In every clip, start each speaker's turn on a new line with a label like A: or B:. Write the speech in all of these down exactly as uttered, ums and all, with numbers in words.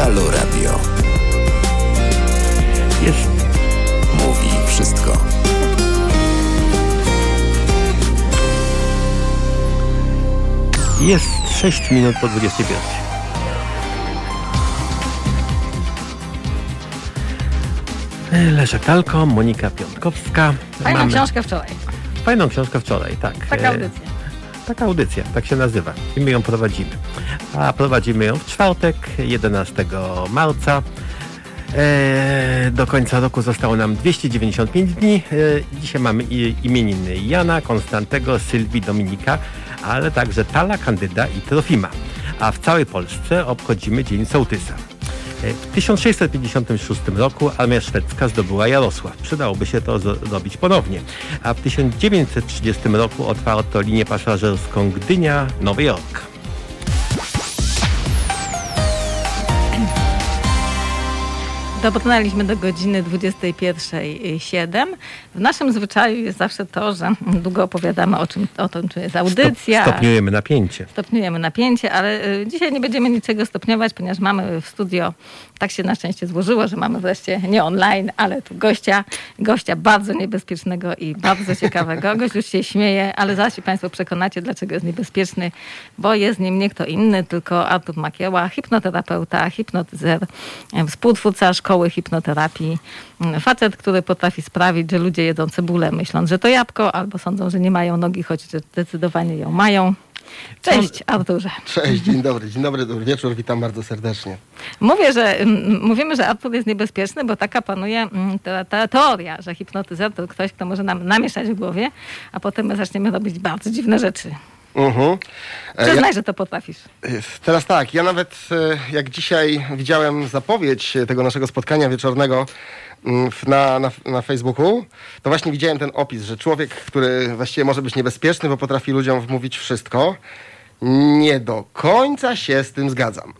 A: Halo Radio.
B: Jest.
A: Mówi wszystko.
B: Jest sześć minut po dwudziestej pierwszej. Leszek Talko, Monika Piątkowska.
C: Fajną
B: Mamy...
C: książkę wczoraj.
B: Fajną książkę wczoraj, tak.
C: Taka audycja.
B: Taka audycja, tak się nazywa. I my ją prowadzimy. A prowadzimy ją w czwartek, jedenastego marca. E, do końca roku zostało nam dwieście dziewięćdziesiąt pięć dni. E, dzisiaj mamy imieniny Jana, Konstantego, Sylwii, Dominika, ale także Tala, Kandyda i Trofima. A w całej Polsce obchodzimy Dzień Sołtysa. W tysiąc sześćset pięćdziesiątym szóstym roku armia szwedzka zdobyła Jarosław. Przydałoby się to zrobić ponownie. A w tysiąc dziewięćset trzydziestym roku otwarto linię pasażerską Gdynia-Nowy Jork.
C: Dobrnęliśmy do godziny dwudziestej pierwszej siedem. W naszym zwyczaju jest zawsze to, że długo opowiadamy o, czym, o tym, czym jest audycja.
B: Stop, stopniujemy napięcie.
C: Stopniujemy napięcie, ale y, dzisiaj nie będziemy niczego stopniować, ponieważ mamy w studio, tak się na szczęście złożyło, że mamy wreszcie nie online, ale tu gościa, gościa bardzo niebezpiecznego i bardzo ciekawego. Gość już się śmieje, ale zaraz się Państwo przekonacie, dlaczego jest niebezpieczny, bo jest nim nie kto inny, tylko Artur Makieła, hipnoterapeuta, hipnotyzer, współtwórca szkoły hipnoterapii. Facet, który potrafi sprawić, że ludzie jedzą cebulę, myśląc, że to jabłko, albo sądzą, że nie mają nogi, choć zdecydowanie ją mają. Cześć, Arturze.
D: Cześć, dzień dobry, dzień dobry, dobry wieczór, witam bardzo serdecznie.
C: Mówię, że m, mówimy, że Artur jest niebezpieczny, bo taka panuje m, ta, ta teoria, że hipnotyzer to ktoś, kto może nam namieszać w głowie, a potem my zaczniemy robić bardzo dziwne rzeczy. Uh-huh. Przyznaj, ja, że to potrafisz.
D: Teraz tak, ja nawet jak dzisiaj widziałem zapowiedź tego naszego spotkania wieczornego na, na, na Facebooku, to właśnie widziałem ten opis, że człowiek, który właściwie może być niebezpieczny, bo potrafi ludziom wmówić wszystko, nie do końca się z tym zgadzam.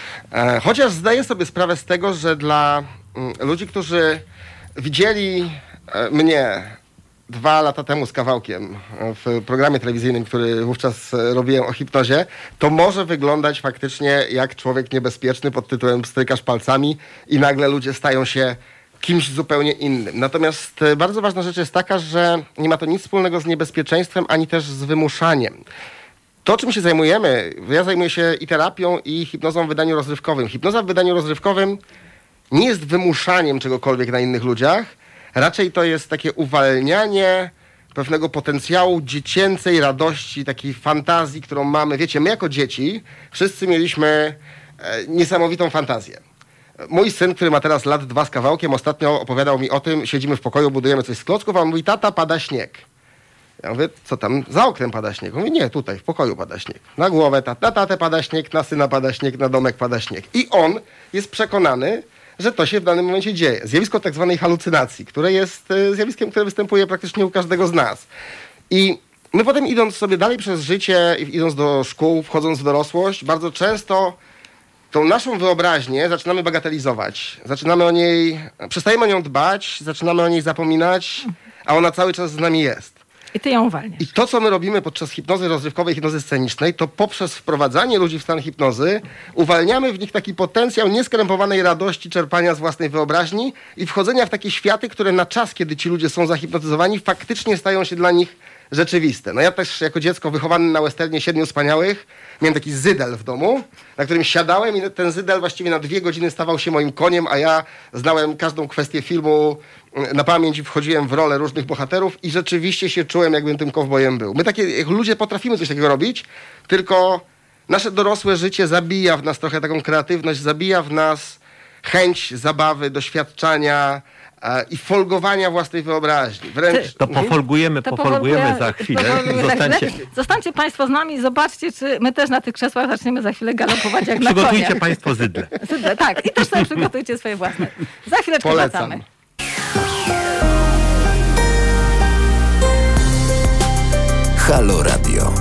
D: Chociaż zdaję sobie sprawę z tego, że dla ludzi, którzy widzieli mnie dwa lata temu z kawałkiem w programie telewizyjnym, który wówczas robiłem o hipnozie, to może wyglądać faktycznie jak człowiek niebezpieczny pod tytułem strykasz palcami i nagle ludzie stają się kimś zupełnie innym. Natomiast bardzo ważna rzecz jest taka, że nie ma to nic wspólnego z niebezpieczeństwem, ani też z wymuszaniem. To, czym się zajmujemy, ja zajmuję się i terapią, i hipnozą w wydaniu rozrywkowym. Hipnoza w wydaniu rozrywkowym nie jest wymuszaniem czegokolwiek na innych ludziach, raczej to jest takie uwalnianie pewnego potencjału dziecięcej radości, takiej fantazji, którą mamy. Wiecie, my jako dzieci wszyscy mieliśmy e, niesamowitą fantazję. Mój syn, który ma teraz lat dwa z kawałkiem, ostatnio opowiadał mi o tym, siedzimy w pokoju, budujemy coś z klocków, a on mówi, tata, pada śnieg. Ja mówię, co tam, za oknem pada śnieg? On mówi, nie, tutaj, w pokoju pada śnieg. Na głowę, ta, na tatę pada śnieg, na syna pada śnieg, na domek pada śnieg. I on jest przekonany, że to się w danym momencie dzieje. Zjawisko tak zwanej halucynacji, które jest zjawiskiem, które występuje praktycznie u każdego z nas. I my potem idąc sobie dalej przez życie, idąc do szkół, wchodząc w dorosłość, bardzo często tą naszą wyobraźnię zaczynamy bagatelizować. Zaczynamy o niej, przestajemy o nią dbać, zaczynamy o niej zapominać, a ona cały czas z nami jest.
C: I ty ją uwalniasz.
D: I to, co my robimy podczas hipnozy rozrywkowej, hipnozy scenicznej, to poprzez wprowadzanie ludzi w stan hipnozy uwalniamy w nich taki potencjał nieskrępowanej radości, czerpania z własnej wyobraźni i wchodzenia w takie światy, które na czas, kiedy ci ludzie są zahipnotyzowani, faktycznie stają się dla nich rzeczywiste. No ja też jako dziecko wychowany na westernie Siedmiu Wspaniałych miałem taki zydel w domu, na którym siadałem i ten zydel właściwie na dwie godziny stawał się moim koniem, a ja znałem każdą kwestię filmu na pamięć i wchodziłem w rolę różnych bohaterów i rzeczywiście się czułem, jakbym tym kowbojem był. My takie, jak ludzie potrafimy coś takiego robić, tylko nasze dorosłe życie zabija w nas trochę taką kreatywność, zabija w nas chęć zabawy, doświadczania i folgowania własnej wyobraźni. Wręcz...
B: To pofolgujemy, to pofolgujemy za chwilę.
C: Zostańcie. Zostańcie Państwo z nami i zobaczcie, czy my też na tych krzesłach zaczniemy za chwilę galopować jak na koniach.
B: Przygotujcie Państwo zydle.
C: Zydle, tak. I też sobie przygotujcie swoje własne. Za chwileczkę
D: Polecam.
C: wracamy.
A: Halo Radio.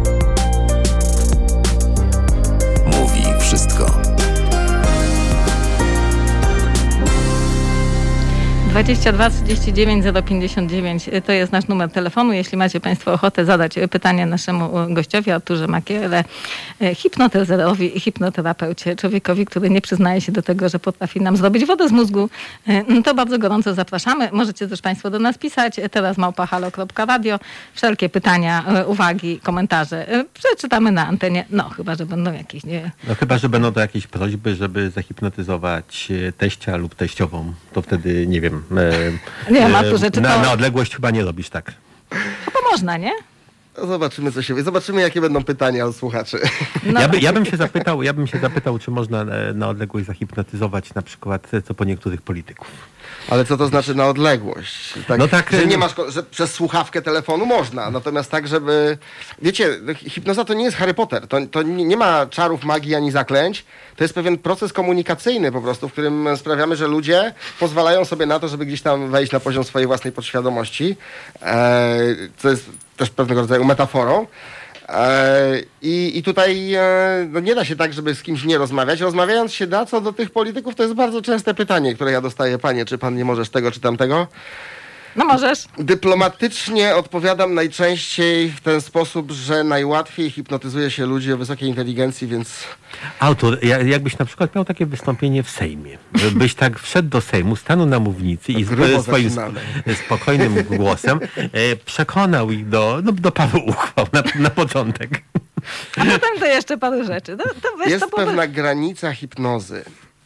A: Mówi wszystko.
C: dwadzieścia dwa trzydzieści dziewięć zero pięćdziesiąt dziewięć to jest nasz numer telefonu. Jeśli macie Państwo ochotę zadać pytanie naszemu gościowi, Arturze Makiele, hipnotyzerowi i hipnoterapeucie, człowiekowi, który nie przyznaje się do tego, że potrafi nam zrobić wodę z mózgu, to bardzo gorąco zapraszamy. Możecie też Państwo do nas pisać. Teraz małpa halo kropka radio. Wszelkie pytania, uwagi, komentarze przeczytamy na antenie. No, chyba że będą jakieś, nie?
B: No chyba, że będą to jakieś prośby, żeby zahipnotyzować teścia lub teściową. To wtedy, nie wiem, e,
C: nie wiem, Arturze, czy
B: na,
C: to...
B: na odległość chyba nie robisz tak.
C: Chyba można, nie?
D: No zobaczymy, co się... Zobaczymy, jakie będą pytania od słuchaczy.
C: No.
B: Ja, by, ja, bym się zapytał, ja bym się zapytał, czy można na odległość zahipnotyzować na przykład co po niektórych polityków.
D: Ale co to znaczy na odległość? Tak,
B: No tak,
D: że nie masz, że przez słuchawkę telefonu można, natomiast tak, żeby... Wiecie, hipnoza to nie jest Harry Potter, to, to nie, nie ma czarów, magii ani zaklęć, to jest pewien proces komunikacyjny po prostu, w którym sprawiamy, że ludzie pozwalają sobie na to, żeby gdzieś tam wejść na poziom swojej własnej podświadomości, e, co jest też pewnego rodzaju metaforą. I, I tutaj no nie da się tak, żeby z kimś nie rozmawiać. Rozmawiając się da, co do tych polityków, to jest bardzo częste pytanie, które ja dostaję. Panie, czy pan nie możesz tego, czy tamtego?
C: No możesz.
D: Dyplomatycznie odpowiadam najczęściej w ten sposób, że najłatwiej hipnotyzuje się ludzi o wysokiej inteligencji, więc...
B: Autor, jakbyś na przykład miał takie wystąpienie w Sejmie, byś tak wszedł do Sejmu, stanął na mównicy i z swoim spokojnym głosem e, przekonał ich do, no, do paru uchwał na, na początek.
C: A potem to jeszcze paru rzeczy. To, to wiesz,
D: jest
C: to
D: pewna po... granica hipnozy.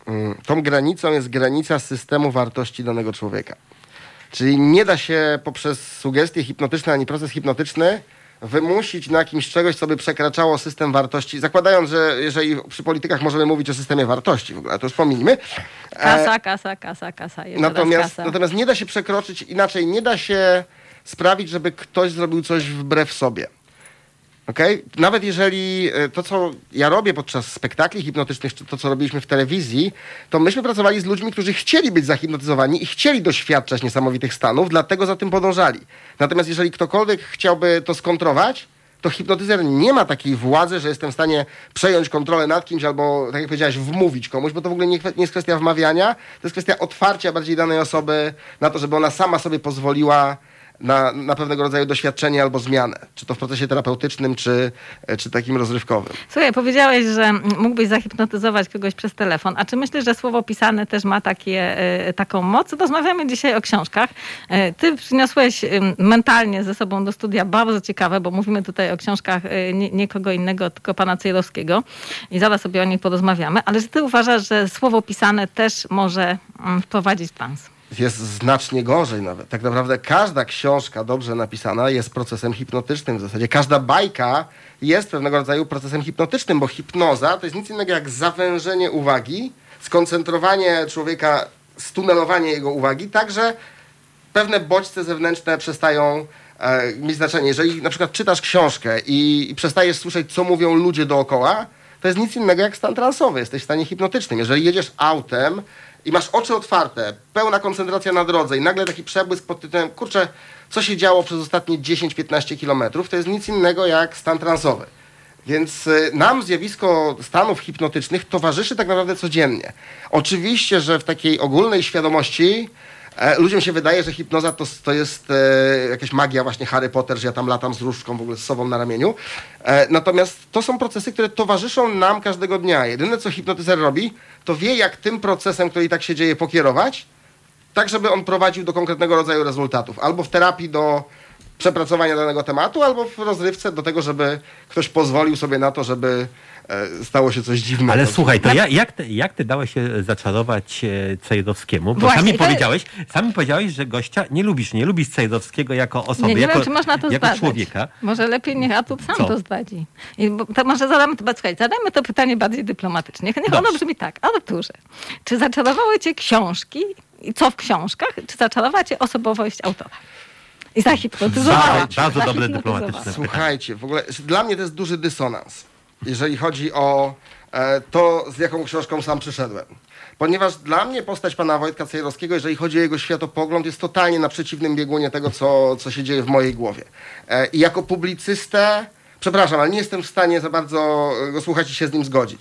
D: Tą granicą jest granica systemu wartości danego człowieka. Czyli nie da się poprzez sugestie hipnotyczne ani proces hipnotyczny wymusić na kimś czegoś, co by przekraczało system wartości, zakładając, że jeżeli przy politykach możemy mówić o systemie wartości, w ogóle to już pomijmy.
C: Kasa, kasa, kasa, kasa. Jeszcze
D: natomiast,
C: raz kasa.
D: natomiast nie da się przekroczyć, inaczej nie da się sprawić, żeby ktoś zrobił coś wbrew sobie. Okay? Nawet jeżeli to, co ja robię podczas spektakli hipnotycznych, czy to, co robiliśmy w telewizji, to myśmy pracowali z ludźmi, którzy chcieli być zahipnotyzowani i chcieli doświadczać niesamowitych stanów, dlatego za tym podążali. Natomiast jeżeli ktokolwiek chciałby to skontrować, to hipnotyzer nie ma takiej władzy, że jestem w stanie przejąć kontrolę nad kimś albo, tak jak powiedziałeś, wmówić komuś, bo to w ogóle nie, nie jest kwestia wmawiania, to jest kwestia otwarcia bardziej danej osoby na to, żeby ona sama sobie pozwoliła Na, na pewnego rodzaju doświadczenie albo zmianę. Czy to w procesie terapeutycznym, czy, czy takim rozrywkowym.
C: Słuchaj, powiedziałeś, że mógłbyś zahipnotyzować kogoś przez telefon. A czy myślisz, że słowo pisane też ma takie, taką moc? Rozmawiamy dzisiaj o książkach. Ty przyniosłeś mentalnie ze sobą do studia bardzo ciekawe, bo mówimy tutaj o książkach nie, nie kogo innego, tylko pana Cejrowskiego. I zaraz sobie o nich porozmawiamy. Ale czy ty uważasz, że słowo pisane też może wprowadzić w trans?
D: Jest znacznie gorzej nawet. Tak naprawdę każda książka dobrze napisana jest procesem hipnotycznym w zasadzie. Każda bajka jest pewnego rodzaju procesem hipnotycznym, bo hipnoza to jest nic innego jak zawężenie uwagi, skoncentrowanie człowieka, stunelowanie jego uwagi, tak że pewne bodźce zewnętrzne przestają e, mieć znaczenie. Jeżeli na przykład czytasz książkę i, i przestajesz słyszeć, co mówią ludzie dookoła, to jest nic innego jak stan transowy. Jesteś w stanie hipnotycznym. Jeżeli jedziesz autem i masz oczy otwarte, pełna koncentracja na drodze i nagle taki przebłysk pod tytułem, kurczę, co się działo przez ostatnie dziesięć piętnaście kilometrów, to jest nic innego jak stan transowy. Więc y, nam zjawisko stanów hipnotycznych towarzyszy tak naprawdę codziennie. Oczywiście, że w takiej ogólnej świadomości e, ludziom się wydaje, że hipnoza to, to jest e, jakaś magia właśnie Harry Potter, że ja tam latam z różdżką w ogóle z sobą na ramieniu. E, natomiast to są procesy, które towarzyszą nam każdego dnia. Jedyne, co hipnotyzer robi, to wie, jak tym procesem, który i tak się dzieje, pokierować, tak żeby on prowadził do konkretnego rodzaju rezultatów. Albo w terapii do przepracowania danego tematu, albo w rozrywce do tego, żeby ktoś pozwolił sobie na to, żeby e, stało się coś dziwnego.
B: Ale słuchaj, to ja, jak, ty, jak ty dałeś się zaczarować e, Cejrowskiemu? Bo
C: Właśnie,
B: sami,
C: to...
B: powiedziałeś, sami powiedziałeś, że gościa nie lubisz, nie lubisz Cejrowskiego jako osoby,
C: nie, nie
B: jako,
C: wiem, czy można to
B: jako
C: zbadać.
B: człowieka.
C: Może lepiej niech Artur sam
B: Co?
C: to zdradzi. I bo, to może zadamy, to, słuchaj, zadajmy to pytanie bardziej dyplomatycznie. Niech ono brzmi tak. Arturze, czy zaczarowały cię książki i co w książkach? Czy zaczarowała cię osobowość autora? I zahipnotyzowała.
B: Bardzo, bardzo dobre dyplomatyczne.
D: Słuchajcie, w ogóle dla mnie to jest duży dysonans, jeżeli chodzi o e, to, z jaką książką sam przyszedłem. Ponieważ dla mnie postać pana Wojtka Cejrowskiego, jeżeli chodzi o jego światopogląd, jest totalnie na przeciwnym biegunie tego, co, co się dzieje w mojej głowie. E, I jako publicystę, przepraszam, ale nie jestem w stanie za bardzo go słuchać i się z nim zgodzić.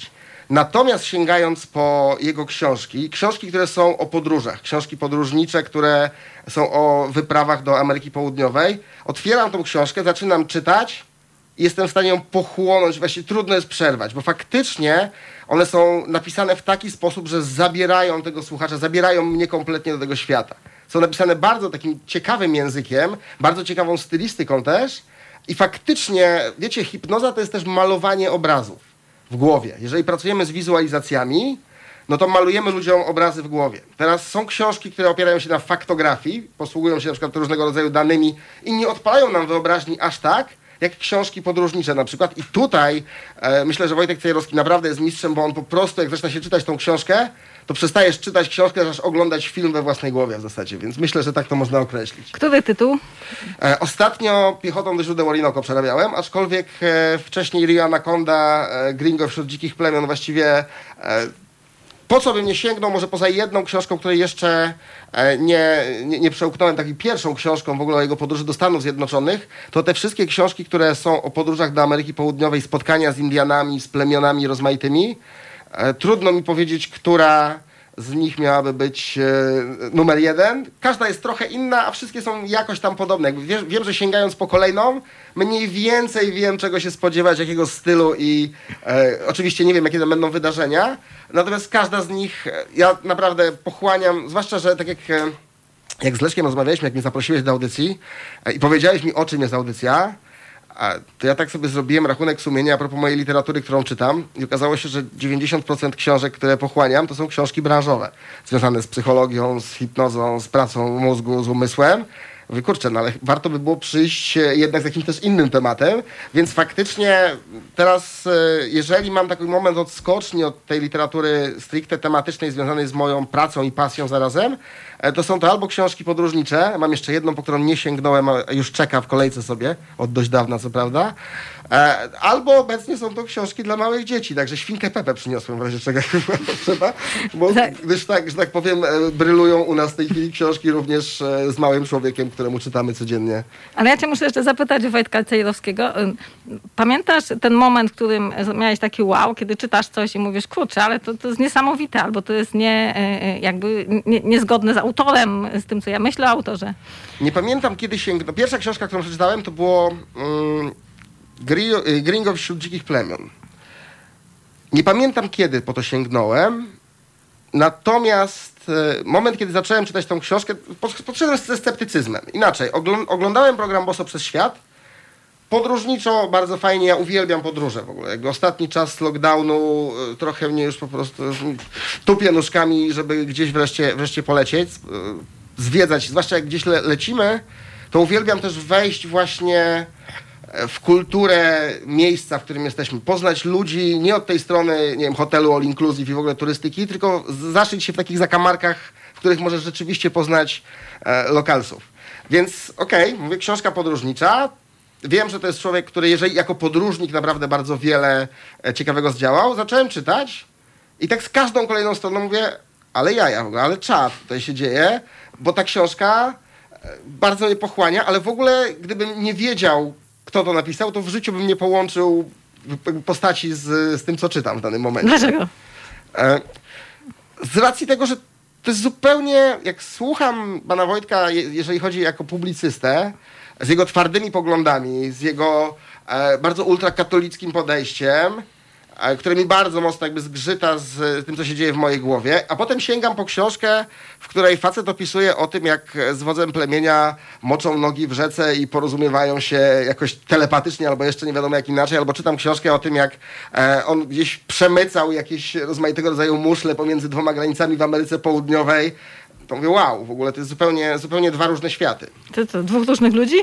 D: Natomiast sięgając po jego książki, książki, które są o podróżach, książki podróżnicze, które są o wyprawach do Ameryki Południowej, otwieram tą książkę, zaczynam czytać i jestem w stanie ją pochłonąć. Właściwie trudno jest przerwać, bo faktycznie one są napisane w taki sposób, że zabierają tego słuchacza, zabierają mnie kompletnie do tego świata. Są napisane bardzo takim ciekawym językiem, bardzo ciekawą stylistyką też i faktycznie, wiecie, hipnoza to jest też malowanie obrazów w głowie. Jeżeli pracujemy z wizualizacjami, no to malujemy ludziom obrazy w głowie. Teraz są książki, które opierają się na faktografii, posługują się na przykład różnego rodzaju danymi i nie odpalają nam wyobraźni aż tak, jak książki podróżnicze na przykład. I tutaj e, myślę, że Wojtek Cejrowski naprawdę jest mistrzem, bo on po prostu, jak zaczyna się czytać tą książkę, to przestajesz czytać książkę, zaczynasz oglądać film we własnej głowie w zasadzie, więc myślę, że tak to można określić.
C: Który tytuł?
D: E, ostatnio Piechotą do źródeł Orinoco przerabiałem, aczkolwiek e, wcześniej Rio Anaconda, e, Gringo wśród dzikich plemion, właściwie e, po co bym nie sięgnął, może poza jedną książką, której jeszcze e, nie, nie, nie przełknąłem, taką pierwszą książką w ogóle o jego podróży do Stanów Zjednoczonych, to te wszystkie książki, które są o podróżach do Ameryki Południowej, spotkania z Indianami, z plemionami rozmaitymi, e, trudno mi powiedzieć, która z nich miałaby być e, numer jeden. Każda jest trochę inna, a wszystkie są jakoś tam podobne. Jakby wie, wiem, że sięgając po kolejną, mniej więcej wiem, czego się spodziewać, jakiego stylu i e, oczywiście nie wiem, jakie to będą wydarzenia. Natomiast każda z nich, e, ja naprawdę pochłaniam, zwłaszcza, że tak jak, e, jak z Leszkiem rozmawialiśmy, jak mnie zaprosiłeś do audycji e, i powiedziałeś mi, o czym jest audycja, a to ja tak sobie zrobiłem rachunek sumienia a propos mojej literatury, którą czytam i okazało się, że dziewięćdziesiąt procent książek, które pochłaniam, to są książki branżowe, związane z psychologią, z hipnozą, z pracą mózgu, z umysłem. Mówię, kurczę, no ale warto by było przyjść jednak z jakimś też innym tematem, więc faktycznie teraz, jeżeli mam taki moment odskoczni od tej literatury stricte tematycznej związanej z moją pracą i pasją zarazem, to są to albo książki podróżnicze, mam jeszcze jedną, po którą nie sięgnąłem, a już czeka w kolejce sobie, od dość dawna co prawda, albo obecnie są to książki dla małych dzieci, także Świnkę Pepę przyniosłem w razie czego trzeba, bo gdyż tak, że tak powiem, brylują u nas w tej chwili książki również z małym człowiekiem, któremu czytamy codziennie.
C: Ale ja cię muszę jeszcze zapytać Wojtka Cejrowskiego. Pamiętasz ten moment, w którym miałeś taki wow, kiedy czytasz coś i mówisz, kurczę, ale to, to jest niesamowite, albo to jest nie, jakby nie, niezgodne z autorem, z tym, co ja myślę o autorze?
D: Nie pamiętam, kiedy sięgnąłem. Pierwsza książka, którą przeczytałem, to było um, Gringo wśród dzikich plemion. Nie pamiętam, kiedy po to sięgnąłem, natomiast e, moment, kiedy zacząłem czytać tą książkę, podszedłem ze sceptycyzmem. Inaczej, oglą- oglądałem program Boso przez świat, podróżniczo bardzo fajnie, ja uwielbiam podróże w ogóle. Jakby ostatni czas lockdownu e, trochę mnie już po prostu tupie nóżkami, żeby gdzieś wreszcie, wreszcie polecieć, e, zwiedzać, zwłaszcza jak gdzieś le- lecimy, to uwielbiam też wejść właśnie w kulturę miejsca, w którym jesteśmy. Poznać ludzi nie od tej strony, nie wiem, hotelu all inclusive i w ogóle turystyki, tylko zaszyć się w takich zakamarkach, w których możesz rzeczywiście poznać e, lokalsów. Więc okej, okay, mówię, książka podróżnicza. Wiem, że to jest człowiek, który jeżeli jako podróżnik naprawdę bardzo wiele e, ciekawego zdziałał, zacząłem czytać i tak z każdą kolejną stroną mówię, ale jaja, ale czad tutaj się dzieje, bo ta książka e, bardzo mnie pochłania, ale w ogóle gdybym nie wiedział, kto to napisał, to w życiu bym nie połączył postaci z, z tym, co czytam w danym momencie.
C: Dlaczego?
D: E, z racji tego, że to jest zupełnie, jak słucham pana Wojtka, je, jeżeli chodzi jako publicystę, z jego twardymi poglądami, z jego e, bardzo ultrakatolickim podejściem, e, które mi bardzo mocno jakby zgrzyta z tym, co się dzieje w mojej głowie, a potem sięgam po książkę, w której facet opisuje o tym, jak z wodzem plemienia moczą nogi w rzece i porozumiewają się jakoś telepatycznie, albo jeszcze nie wiadomo jak inaczej, albo czytam książkę o tym, jak e, on gdzieś przemycał jakieś rozmaitego rodzaju muszle pomiędzy dwoma granicami w Ameryce Południowej. To mówię, wow, w ogóle to jest zupełnie, zupełnie dwa różne światy.
C: To co, dwóch różnych ludzi?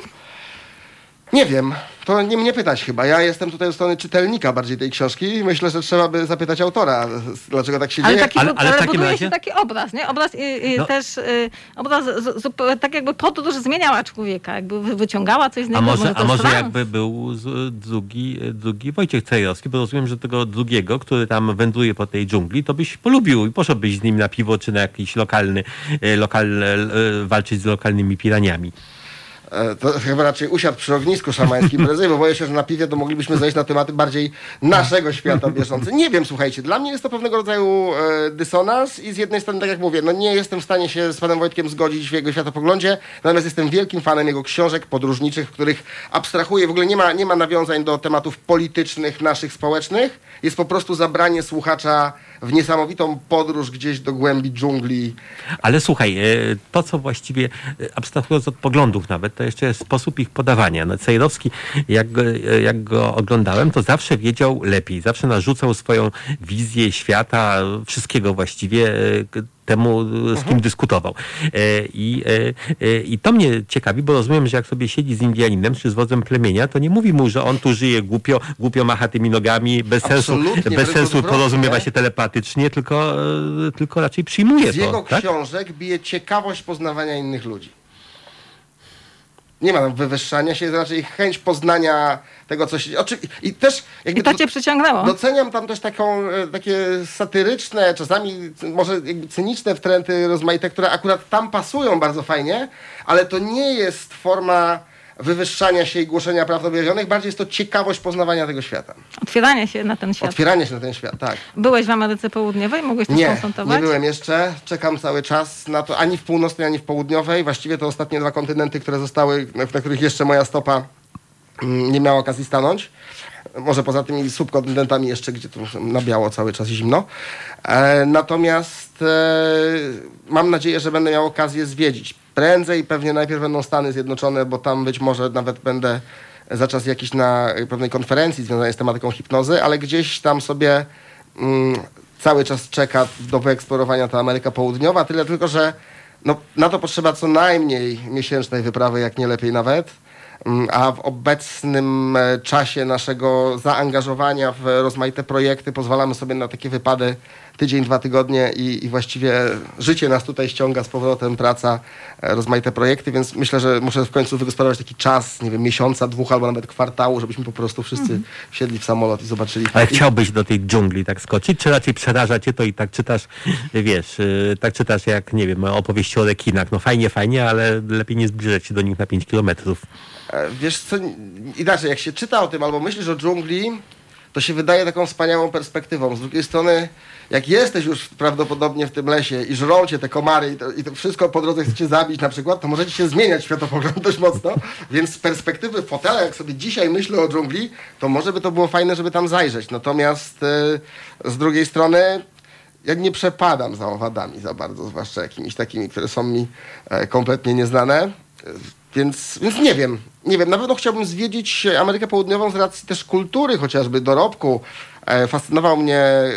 D: Nie wiem, to nie mnie pytać chyba. Ja jestem tutaj od strony czytelnika bardziej tej książki i myślę, że trzeba by zapytać autora, dlaczego tak się
C: ale
D: dzieje.
C: Taki,
B: ale,
C: ale,
B: ale w
C: ale
B: takim
C: buduje
B: razie...
C: się taki obraz, nie? Obraz y, y,
B: No.
C: też, y, obraz z, z, tak jakby podróż zmieniała człowieka, jakby wy- wyciągała coś z niego.
B: A może,
C: to
B: a może
C: trans.
B: jakby był z- drugi, drugi Wojciech Cejrowski, bo rozumiem, że tego drugiego, który tam wędruje po tej dżungli, to byś polubił i poszedłbyś z nim na piwo, czy na jakiś lokalny, e, lokalny, e, walczyć z lokalnymi piraniami.
D: To chyba raczej usiadł przy ognisku szamańskim prędzej, bo boję się, że na piwie to moglibyśmy zejść na tematy bardziej naszego świata bieżące. Nie wiem, słuchajcie, dla mnie jest to pewnego rodzaju e, dysonans i z jednej strony, tak jak mówię, no nie jestem w stanie się z panem Wojtkiem zgodzić w jego światopoglądzie, natomiast jestem wielkim fanem jego książek podróżniczych, w których abstrahuje, w ogóle nie ma, nie ma nawiązań do tematów politycznych, naszych, społecznych. Jest po prostu zabranie słuchacza w niesamowitą podróż gdzieś do głębi dżungli.
B: Ale słuchaj, to co właściwie, abstrahując od poglądów nawet, to jeszcze jest sposób ich podawania. No, Cejrowski, jak go, jak go oglądałem, to zawsze wiedział lepiej. Zawsze narzucał swoją wizję świata, wszystkiego właściwie temu, z kim dyskutował. I, I to mnie ciekawi, bo rozumiem, że jak sobie siedzi z Indianinem czy z wodzem plemienia, to nie mówi mu, że on tu żyje głupio, głupio macha tymi nogami, bez sensu, bez sensu porozumiewa się telepatycznie, tylko, tylko raczej przyjmuje
D: z
B: to.
D: Z jego
B: tak?
D: książek bije ciekawość poznawania innych ludzi. Nie ma tam wywyższania się, jest raczej chęć poznania tego, co się... Oczy... I też jakby
C: I to cię przyciągnęło.
D: Doceniam tam też taką, takie satyryczne, czasami może jakby cyniczne wtręty rozmaite, które akurat tam pasują bardzo fajnie, ale to nie jest forma wywyższania się i głoszenia prawd objawionych, bardziej jest to ciekawość poznawania tego świata.
C: Otwieranie się na ten świat.
D: Otwieranie się na ten świat, tak.
C: Byłeś w Ameryce Południowej? Mogłeś to
D: nie,
C: skonfrontować?
D: Nie, byłem jeszcze. Czekam cały czas na to, ani w północnej, ani w południowej. Właściwie to ostatnie dwa kontynenty, które zostały, na których jeszcze moja stopa nie miała okazji stanąć. Może poza tymi subkontynentami jeszcze, gdzie tu na biało cały czas zimno. E, natomiast e, mam nadzieję, że będę miał okazję zwiedzić. Prędzej pewnie najpierw będą Stany Zjednoczone, bo tam być może nawet będę za czas jakiś na pewnej konferencji związanej z tematyką hipnozy, ale gdzieś tam sobie mm, cały czas czeka do wyeksplorowania ta Ameryka Południowa. Tyle tylko, że no, na to potrzeba co najmniej miesięcznej wyprawy, jak nie lepiej nawet. A w obecnym czasie naszego zaangażowania w rozmaite projekty pozwalamy sobie na takie wypady tydzień, dwa tygodnie i, i właściwie życie nas tutaj ściąga z powrotem, praca, rozmaite projekty, więc myślę, że muszę w końcu wygospodarować taki czas, nie wiem, miesiąca, dwóch albo nawet kwartału, żebyśmy po prostu wszyscy mm. wsiedli w samolot i zobaczyli.
B: Ale chciałbyś do tej dżungli tak skoczyć, czy raczej przeraża cię to i tak czytasz, wiesz, tak czytasz jak, nie wiem, opowieści o rekinach. No fajnie, fajnie, ale lepiej nie zbliżać się do nich na pięć kilometrów.
D: Wiesz co, inaczej, jak się czyta o tym albo myślisz o dżungli, to się wydaje taką wspaniałą perspektywą. Z drugiej strony, jak jesteś już prawdopodobnie w tym lesie i żrą cię te komary i to, i to wszystko po drodze chcecie zabić na przykład, to możecie się zmieniać światopogląd dość mocno, więc z perspektywy fotela, jak sobie dzisiaj myślę o dżungli, to może by to było fajne, żeby tam zajrzeć. Natomiast yy, z drugiej strony ja nie przepadam za owadami za bardzo, zwłaszcza jakimiś takimi, które są mi e, kompletnie nieznane. Więc, więc nie wiem, nie wiem, na pewno chciałbym zwiedzić Amerykę Południową z racji też kultury, chociażby dorobku. E, fascynował mnie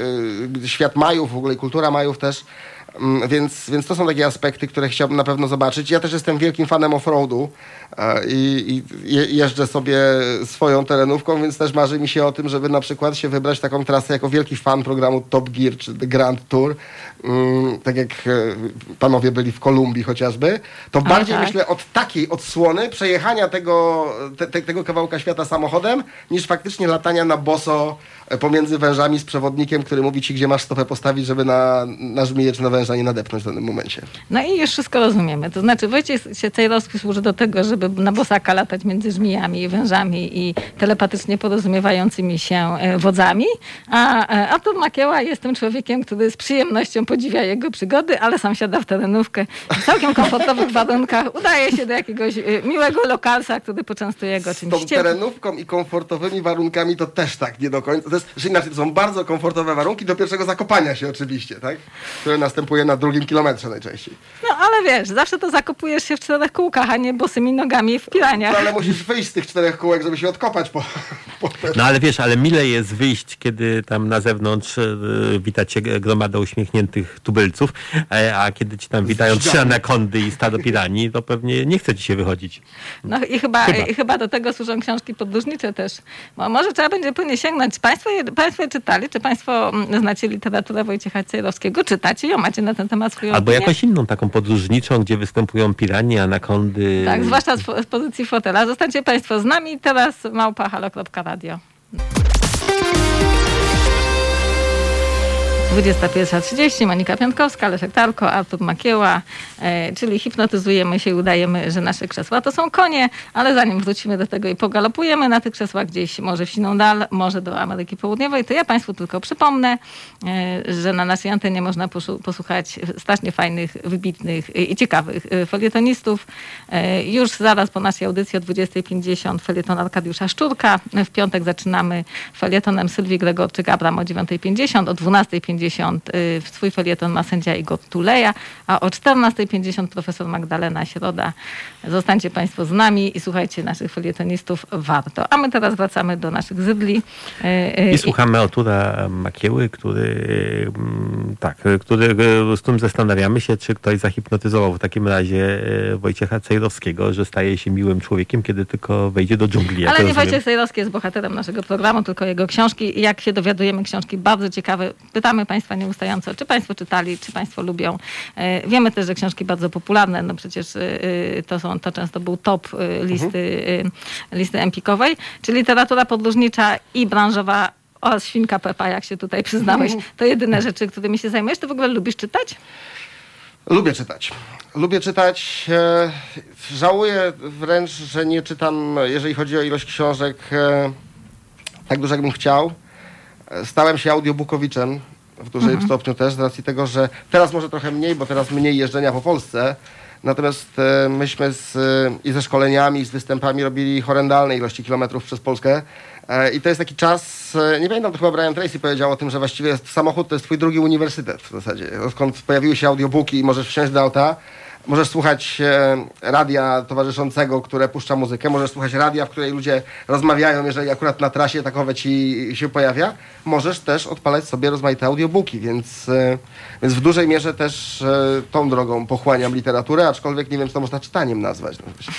D: e, świat Majów, w ogóle kultura Majów też, mm, więc, więc to są takie aspekty, które chciałbym na pewno zobaczyć. Ja też jestem wielkim fanem offroadu e, i, i je, jeżdżę sobie swoją terenówką, więc też marzy mi się o tym, żeby na przykład się wybrać taką trasę jako wielki fan programu Top Gear czy The Grand Tour. Mm, tak jak e, panowie byli w Kolumbii chociażby, to
C: A,
D: bardziej
C: tak.
D: myślę od takiej odsłony przejechania tego, te, te, tego kawałka świata samochodem, niż faktycznie latania na boso e, pomiędzy wężami z przewodnikiem, który mówi ci, gdzie masz stopę postawić, żeby na, na żmiję czy na węża nie nadepnąć w danym momencie.
C: No i już wszystko rozumiemy. To znaczy Wojciech Cejrowski służy do tego, żeby na bosaka latać między żmijami, wężami i telepatycznie porozumiewającymi się e, wodzami, a e, Artur Makieła jest tym człowiekiem, który z przyjemnością podziwia jego przygody, ale sam siada w terenówkę w całkiem komfortowych warunkach, udaje się do jakiegoś e, miłego lokalsa, który poczęstuje go
D: Z
C: czymś
D: tą
C: ciepłym.
D: terenówką i komfortowymi warunkami to też tak nie do końca. To jest, że inaczej, to są bardzo komfortowe warunki do pierwszego zakopania się oczywiście, tak? Które następuje na drugim kilometrze najczęściej.
C: No ale wiesz, zawsze to zakopujesz się w czterech kółkach, a nie bosymi nogami w piraniach.
D: No ale musisz wyjść z tych czterech kółek, żeby się odkopać po... po...
B: No ale wiesz, ale mile jest wyjść, kiedy tam na zewnątrz y, wita cię gromada uśmiechniętych tubylców, a, a kiedy ci tam witają trzy anakondy i stado piranii, to pewnie nie chce ci się wychodzić.
C: No i chyba,
B: Chyba.
C: I chyba do tego służą książki podróżnicze też. Bo może trzeba będzie płynnie sięgnąć. Państwo je, państwo je czytali? Czy państwo mm, znacie literaturę Wojciecha Cejrowskiego? Czytacie ją? Macie na ten temat swoją
B: Albo
C: opinię?
B: jakąś inną taką podróżniczą, gdzie występują piranie, anakondy.
C: Tak, zwłaszcza z, z pozycji fotela. Zostańcie państwo z nami. Teraz małpa halo kropka radio. dwudziesta pierwsza trzydzieści. Monika Piątkowska, Leszek Tarko, Artur Makieła, e, czyli hipnotyzujemy się i udajemy, że nasze krzesła to są konie, ale zanim wrócimy do tego i pogalopujemy na tych krzesłach gdzieś, może w siną dal, może do Ameryki Południowej, to ja Państwu tylko przypomnę, e, że na naszej antenie można poszu- posłuchać strasznie fajnych, wybitnych i ciekawych felietonistów. E, już zaraz po naszej audycji o dwudziestej pięćdziesiąt felieton Arkadiusza Szczurka. W piątek zaczynamy felietonem Sylwii Gregorczyk-Abram o dziewiątej pięćdziesiąt, o dwunastej pięćdziesiąt swój felieton ma sędzia Igor Tuleja, a o czternastej pięćdziesiąt profesor Magdalena Środa. Zostańcie Państwo z nami i słuchajcie naszych felietonistów, warto. A my teraz wracamy do naszych zydli.
B: I słuchamy Artura Makieły, który tak, który, z którym zastanawiamy się, czy ktoś zahipnotyzował w takim razie Wojciecha Cejrowskiego, że staje się miłym człowiekiem, kiedy tylko wejdzie do dżungli.
C: Ale nie rozumiem. Wojciech Cejrowski jest bohaterem naszego programu, tylko jego książki. Jak się dowiadujemy, książki bardzo ciekawe. Pytamy Państwa nieustająco, czy Państwo czytali, czy Państwo lubią. Wiemy też, że książki bardzo popularne, no przecież to, są, to często był top listy, mhm. listy empikowej, czy literatura podróżnicza i branżowa oraz Świnka Pepa, jak się tutaj przyznałeś. To jedyne rzeczy, którymi się zajmujesz. Ty w ogóle lubisz czytać?
D: Lubię czytać. Lubię czytać. E, żałuję wręcz, że nie czytam, jeżeli chodzi o ilość książek, e, tak dużo, jakbym chciał. Stałem się audiobookowiczem w dużej mhm. stopniu też, z racji tego, że teraz może trochę mniej, bo teraz mniej jeżdżenia po Polsce. Natomiast e, myśmy z, i ze szkoleniami, i z występami robili horrendalne ilości kilometrów przez Polskę. E, I to jest taki czas, e, nie pamiętam, to chyba Brian Tracy powiedział o tym, że właściwie jest, samochód to jest twój drugi uniwersytet w zasadzie. Skąd pojawiły się audiobooki i możesz wsiąść do auta, możesz słuchać e, radia towarzyszącego, które puszcza muzykę, możesz słuchać radia, w której ludzie rozmawiają, jeżeli akurat na trasie takowe ci się pojawia. Możesz też odpalać sobie rozmaite audiobooki, więc, e, więc w dużej mierze też e, tą drogą pochłaniam literaturę, aczkolwiek nie wiem, co to można czytaniem nazwać.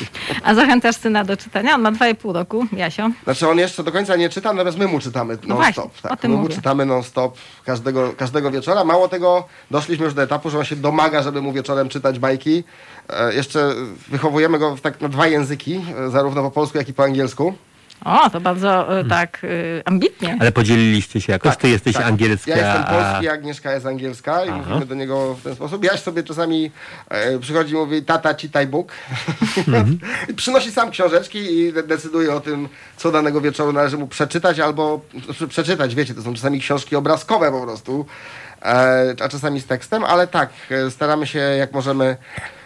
C: A zachęcasz syna do czytania? On ma dwa i pół roku, Jasio.
D: Znaczy on jeszcze do końca nie czyta, natomiast my mu czytamy
C: no
D: non-stop.
C: Właśnie,
D: tak. My mu czytamy non-stop każdego, każdego wieczora. Mało tego, doszliśmy już do etapu, że on się domaga, żeby mu wieczorem czytać bajki. E, jeszcze wychowujemy go w tak, na dwa języki, e, zarówno po polsku, jak i po angielsku.
C: O, to bardzo e, tak e, ambitnie.
B: Ale podzieliliście się jakoś,
D: tak,
B: ty jesteś
D: tak.
B: angielska.
D: Ja jestem polski,
B: a
D: Agnieszka jest angielska i
B: Aha.
D: mówimy do niego w ten sposób. Jaś sobie czasami e, przychodzi i mówi, tata, czytaj Bóg. Mm-hmm. I przynosi sam książeczki i decyduje o tym, co danego wieczoru należy mu przeczytać albo przeczytać. Wiecie, to są czasami książki obrazkowe po prostu, e, a czasami z tekstem, ale tak, staramy się jak możemy,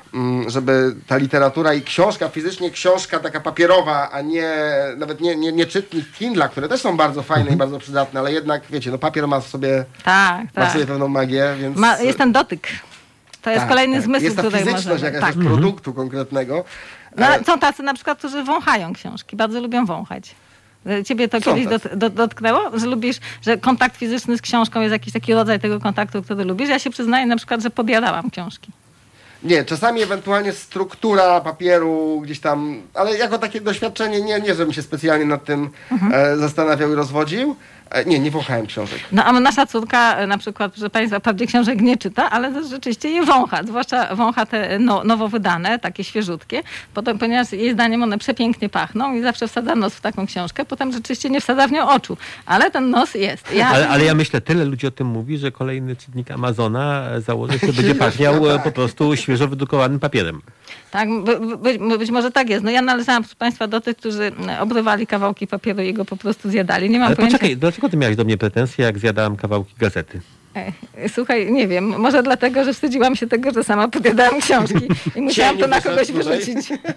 D: żeby ta literatura i książka, fizycznie książka taka papierowa, a nie nawet nie, nie, nie czytnik Kindla, które też są bardzo fajne mhm. i bardzo przydatne, ale jednak, wiecie, no papier ma w sobie,
C: tak,
D: ma
C: tak.
D: w sobie pewną magię, więc...
C: Ma, jest ten dotyk. To jest
D: tak,
C: kolejny
D: tak.
C: zmysł,
D: jest ta
C: który
D: fizyczność
C: możemy.
D: jakaś
C: Tak.
D: mhm. produktu konkretnego.
C: No, są tacy na przykład, którzy wąchają książki, bardzo lubią wąchać. Ciebie to
D: Są
C: kiedyś dot, dot, dotknęło? Że lubisz, że kontakt fizyczny z książką jest jakiś taki rodzaj tego kontaktu, który lubisz? Ja się przyznaję na przykład, że podjadałam książki.
D: Nie, czasami ewentualnie struktura papieru gdzieś tam, ale jako takie doświadczenie, nie, nie żebym się specjalnie nad tym mhm. e, zastanawiał i rozwodził. E, nie, nie wąchałem książek.
C: No a nasza córka e, na przykład, proszę Państwa, wprawdzie książek nie czyta, ale też rzeczywiście je wącha. Zwłaszcza wącha te no, nowo wydane, takie świeżutkie. Potem, ponieważ jej zdaniem one przepięknie pachną i zawsze wsadza nos w taką książkę, potem rzeczywiście nie wsadza w nią oczu. Ale ten nos jest. Ja...
B: Ale, ale ja myślę, tyle ludzi o tym mówi, że kolejny czytnik Amazona założy się, będzie pachniał po prostu świeżo wydrukowanym papierem.
C: Tak, by, by, być może tak jest. No ja należałam, proszę Państwa, do tych, którzy obrywali kawałki papieru i go po prostu zjadali. Nie mam
B: ale
C: pojęcia...
B: poczekaj, dlaczego ty miałeś do mnie pretensje, jak zjadałam kawałki gazety?
C: Słuchaj, nie wiem, może dlatego, że wstydziłam się tego, że sama podjadałam książki i musiałam to na kogoś wyrzucić.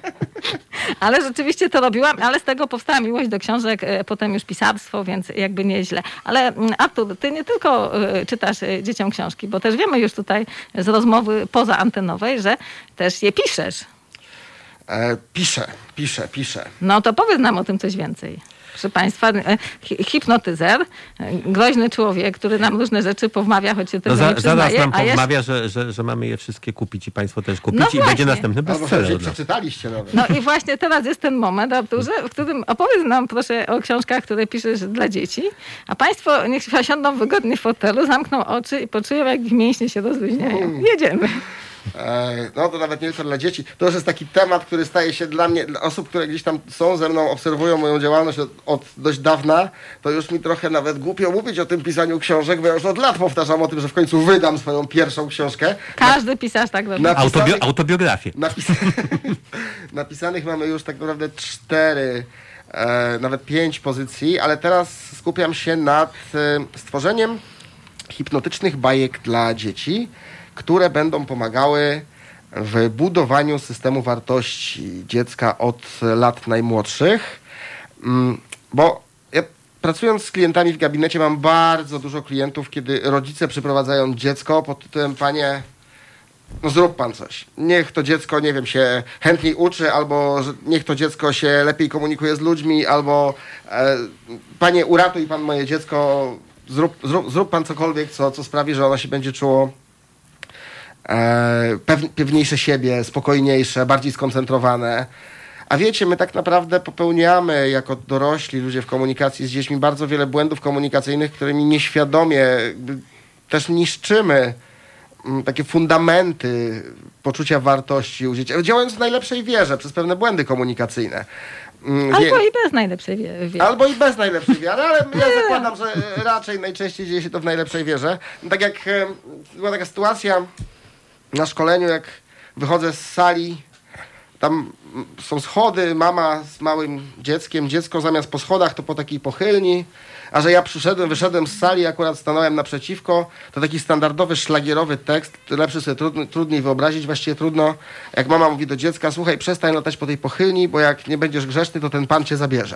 C: Ale rzeczywiście to robiłam, ale z tego powstała miłość do książek, potem już pisarstwo, więc jakby nieźle. Ale Artur, ty nie tylko czytasz dzieciom książki, bo też wiemy już tutaj z rozmowy pozaantenowej, że też je piszesz.
D: E, piszę, piszę, piszę.
C: No to powiedz nam o tym coś więcej. Proszę Państwa, hipnotyzer, groźny człowiek, który nam różne rzeczy powmawia, choć się tego
B: no za,
C: nie przyznaje.
B: Zaraz nam powmawia,
C: jeszcze...
B: że, że, że mamy je wszystkie kupić i Państwo też kupić
C: no
B: i
C: właśnie.
B: będzie następny bestseller.
D: Albo przeczytaliście nawet.
C: No i właśnie teraz jest ten moment, Arturze, w którym opowiedz nam proszę o książkach, które piszesz dla dzieci, a Państwo niech siądą wygodnie w fotelu, zamkną oczy i poczują, jak ich mięśnie się rozluźniają. Hmm. Jedziemy.
D: E, no to nawet nie tylko dla dzieci. To już jest taki temat, który staje się dla mnie, dla osób, które gdzieś tam są ze mną, obserwują moją działalność od, od dość dawna, to już mi trochę nawet głupio mówić o tym pisaniu książek, bo ja już od lat powtarzam o tym, że w końcu wydam swoją pierwszą książkę.
C: Każdy pisarz tak robi.
B: Autobio- autobiografię.
D: Napis- napisanych mamy już tak naprawdę cztery, e, nawet pięć pozycji, ale teraz skupiam się nad e, stworzeniem hipnotycznych bajek dla dzieci, które będą pomagały w budowaniu systemu wartości dziecka od lat najmłodszych. Mm, Bo ja pracując z klientami w gabinecie mam bardzo dużo klientów, kiedy rodzice przyprowadzają dziecko pod tytułem: panie, no zrób pan coś. Niech to dziecko, nie wiem, się chętniej uczy, albo że niech to dziecko się lepiej komunikuje z ludźmi, albo e, panie, uratuj pan moje dziecko, zrób, zrób, zrób pan cokolwiek, co, co sprawi, że ono się będzie czuło e, pew, pewniejsze siebie, spokojniejsze, bardziej skoncentrowane. A wiecie, my tak naprawdę popełniamy jako dorośli ludzie w komunikacji z dziećmi bardzo wiele błędów komunikacyjnych, którymi nieświadomie jakby też niszczymy takie fundamenty poczucia wartości u dzieci, działając w najlepszej wierze przez pewne błędy komunikacyjne.
C: Albo Wie... i bez najlepszej wiery.
D: Albo i bez najlepszej wiary, ale ja zakładam, że raczej najczęściej dzieje się to w najlepszej wierze. Tak jak była taka sytuacja na szkoleniu, jak wychodzę z sali, tam są schody, mama z małym dzieckiem, dziecko zamiast po schodach to po takiej pochylni, a że ja przyszedłem, wyszedłem z sali, akurat stanąłem naprzeciwko, to taki standardowy, szlagierowy tekst, lepszy sobie trudny, trudniej wyobrazić, właściwie trudno, jak mama mówi do dziecka: słuchaj, przestań latać po tej pochylni, bo jak nie będziesz grzeczny, to ten pan cię zabierze.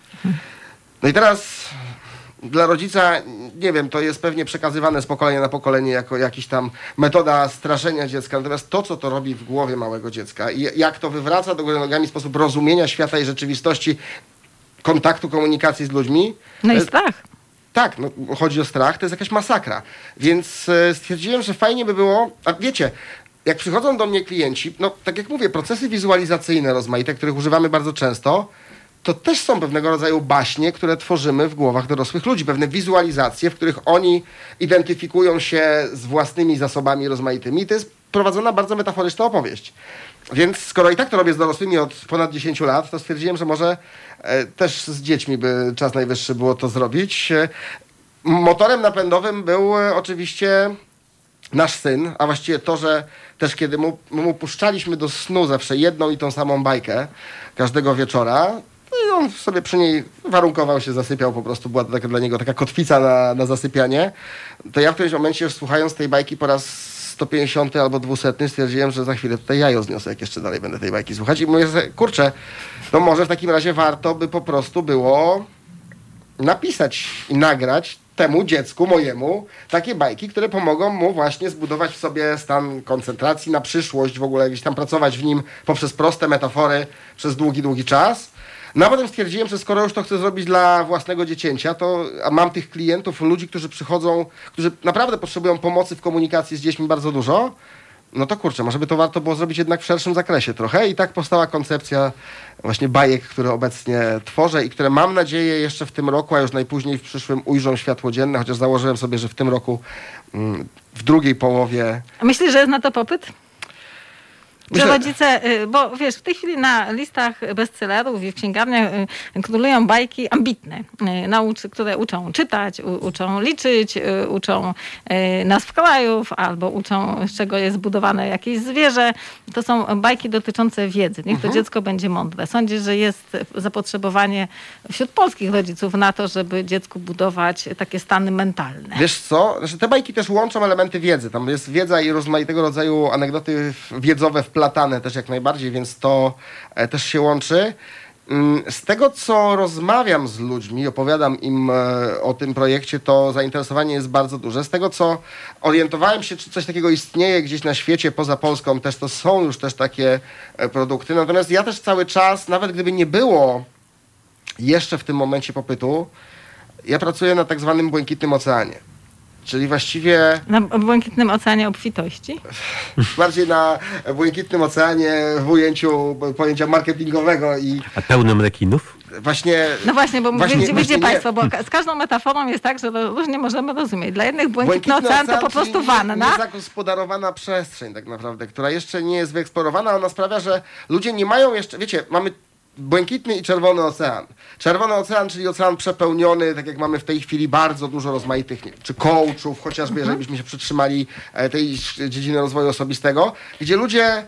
D: No i teraz dla rodzica, nie wiem, to jest pewnie przekazywane z pokolenia na pokolenie jako jakaś tam metoda straszenia dziecka, natomiast to, co to robi w głowie małego dziecka i jak to wywraca do góry nogami sposób rozumienia świata i rzeczywistości, kontaktu, komunikacji z ludźmi.
C: No i strach.
D: Tak, no, chodzi o strach, to jest jakaś masakra. Więc e, stwierdziłem, że fajnie by było, a wiecie, jak przychodzą do mnie klienci, no tak jak mówię, procesy wizualizacyjne rozmaite, których używamy bardzo często, to też są pewnego rodzaju baśnie, które tworzymy w głowach dorosłych ludzi. Pewne wizualizacje, w których oni identyfikują się z własnymi zasobami rozmaitymi. To jest prowadzona bardzo metaforyczna opowieść. Więc skoro i tak to robię z dorosłymi od ponad dziesięciu lat, to stwierdziłem, że może e, też z dziećmi by czas najwyższy było to zrobić. E, motorem napędowym był e, oczywiście nasz syn, a właściwie to, że też kiedy mu, mu puszczaliśmy do snu zawsze jedną i tą samą bajkę każdego wieczora, i on sobie przy niej warunkował się, zasypiał, po prostu była to taka dla niego taka kotwica na, na zasypianie, to ja w którymś momencie, już słuchając tej bajki po raz sto pięćdziesiąty albo dwieście, stwierdziłem, że za chwilę tutaj jajo zniosę, jak jeszcze dalej będę tej bajki słuchać. I mówię, że kurczę, to może w takim razie warto by po prostu było napisać i nagrać temu dziecku mojemu takie bajki, które pomogą mu właśnie zbudować w sobie stan koncentracji na przyszłość, w ogóle gdzieś tam pracować w nim poprzez proste metafory przez długi, długi czas. No a potem stwierdziłem, że skoro już to chcę zrobić dla własnego dziecięcia, to a mam tych klientów, ludzi, którzy przychodzą, którzy naprawdę potrzebują pomocy w komunikacji z dziećmi bardzo dużo, no to kurczę, może by to warto było zrobić jednak w szerszym zakresie trochę. I tak powstała koncepcja właśnie bajek, które obecnie tworzę i które mam nadzieję jeszcze w tym roku, a już najpóźniej w przyszłym ujrzą światło dzienne, chociaż założyłem sobie, że w tym roku w drugiej połowie...
C: A myślisz, że jest na to popyt? Że
D: Myślę-
C: rodzice, y, bo wiesz, w tej chwili na listach bestsellerów i w księgarniach y, królują bajki ambitne, y, nauczy, które uczą czytać, u, uczą liczyć, y, uczą y, nazw krajów, albo uczą, z czego jest zbudowane jakieś zwierzę. To są bajki dotyczące wiedzy. Niech to
D: Mhm.
C: dziecko będzie mądre. Sądzisz, że jest zapotrzebowanie wśród polskich rodziców na to, żeby dziecku budować takie stany mentalne?
D: Wiesz co? Znaczy, te bajki też łączą elementy wiedzy. Tam jest wiedza i rozmaitego rodzaju anegdoty wiedzowe wplatane też jak najbardziej, więc to e, też się łączy. Mm, Z tego, co rozmawiam z ludźmi, opowiadam im e, o tym projekcie, to zainteresowanie jest bardzo duże. Z tego, co orientowałem się, czy coś takiego istnieje gdzieś na świecie, poza Polską, też to są już też takie e, produkty. Natomiast ja też cały czas, nawet gdyby nie było jeszcze w tym momencie popytu, ja pracuję na tak zwanym błękitnym oceanie. czyli właściwie...
C: Na błękitnym oceanie obfitości?
D: Bardziej na błękitnym oceanie w ujęciu pojęcia marketingowego i...
B: A pełnym rekinów?
D: Właśnie...
C: No właśnie, bo
D: właśnie,
C: wiecie,
D: właśnie
C: wiecie
D: nie.
C: Państwo, bo z każdą metaforą jest tak, że różnie możemy rozumieć. Dla jednych błękitny ocean to po prostu wanna.
D: Niezagospodarowana przestrzeń tak naprawdę, która jeszcze nie jest wyeksplorowana. Ona sprawia, że ludzie nie mają jeszcze... Wiecie, mamy błękitny i czerwony ocean. Czerwony ocean, czyli ocean przepełniony, tak jak mamy w tej chwili bardzo dużo rozmaitych, nie wiem, czy coachów, chociażby mhm. jeżeli byśmy się przytrzymali tej dziedziny rozwoju osobistego, gdzie ludzie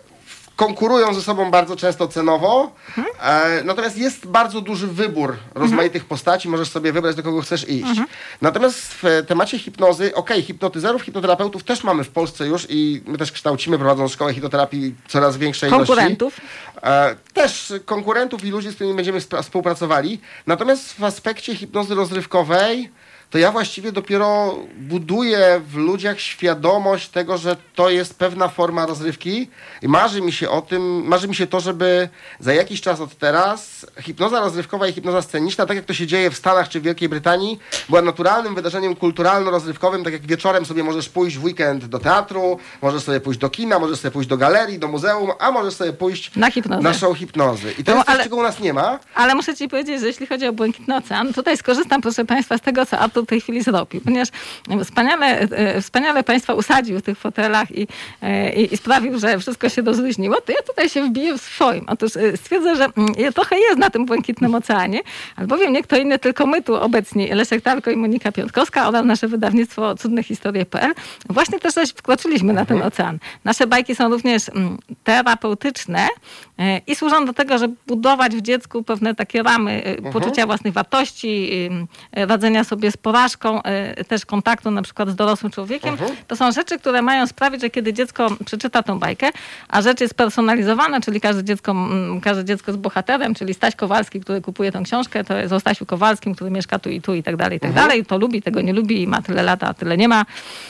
D: konkurują ze sobą bardzo często cenowo, mhm. e, natomiast jest bardzo duży wybór rozmaitych mhm. postaci, możesz sobie wybrać, do kogo chcesz iść. Mhm. Natomiast w temacie hipnozy, okej, okay, hipnotyzerów, hipnoterapeutów też mamy w Polsce już i my też kształcimy, prowadząc szkołę hipnoterapii coraz większej ilości.
C: Konkurentów.
D: E, też konkurentów i ludzi, z którymi będziemy współpracowali. Natomiast w aspekcie hipnozy rozrywkowej to ja właściwie dopiero buduję w ludziach świadomość tego, że to jest pewna forma rozrywki i marzy mi się o tym, marzy mi się to, żeby za jakiś czas od teraz hipnoza rozrywkowa i hipnoza sceniczna, tak jak to się dzieje w Stanach czy w Wielkiej Brytanii, była naturalnym wydarzeniem kulturalno-rozrywkowym, tak jak wieczorem sobie możesz pójść w weekend do teatru, możesz sobie pójść do kina, możesz sobie pójść do galerii, do muzeum, a możesz sobie pójść
C: na hipnozę.
D: Na show hipnozy. I to
C: no,
D: jest coś,
C: ale,
D: czego u nas nie ma.
C: Ale muszę ci powiedzieć, że jeśli chodzi o Błękitny Ocean, tutaj skorzystam, proszę Państwa, z tego, co Artur w tej chwili zrobił, ponieważ wspaniale, wspaniale Państwa usadził w tych fotelach i, i, i sprawił, że wszystko się rozluźniło, to ja tutaj się wbiję w swoim. Otóż stwierdzę, że trochę jest na tym Błękitnym Oceanie, albowiem nie kto inny, tylko my tu obecni, Leszek Tarko i Monika Piątkowska oraz nasze wydawnictwo cudne historie kropka pe el, właśnie też wkroczyliśmy na ten ocean. Nasze bajki są również terapeutyczne i służą do tego, żeby budować w dziecku pewne takie ramy uh-huh. poczucia własnych wartości, radzenia sobie z porażką, też kontaktu na przykład z dorosłym człowiekiem. Uh-huh. To są rzeczy, które mają sprawić, że kiedy dziecko przeczyta tą bajkę, a rzecz jest personalizowana, czyli każde dziecko, każde dziecko z bohaterem, czyli Staś Kowalski, który kupuje tą książkę, to jest o Stasiu Kowalskim, który mieszka tu i tu i tak dalej, i tak uh-huh. dalej. To lubi, tego nie lubi i ma tyle lat, a tyle nie ma.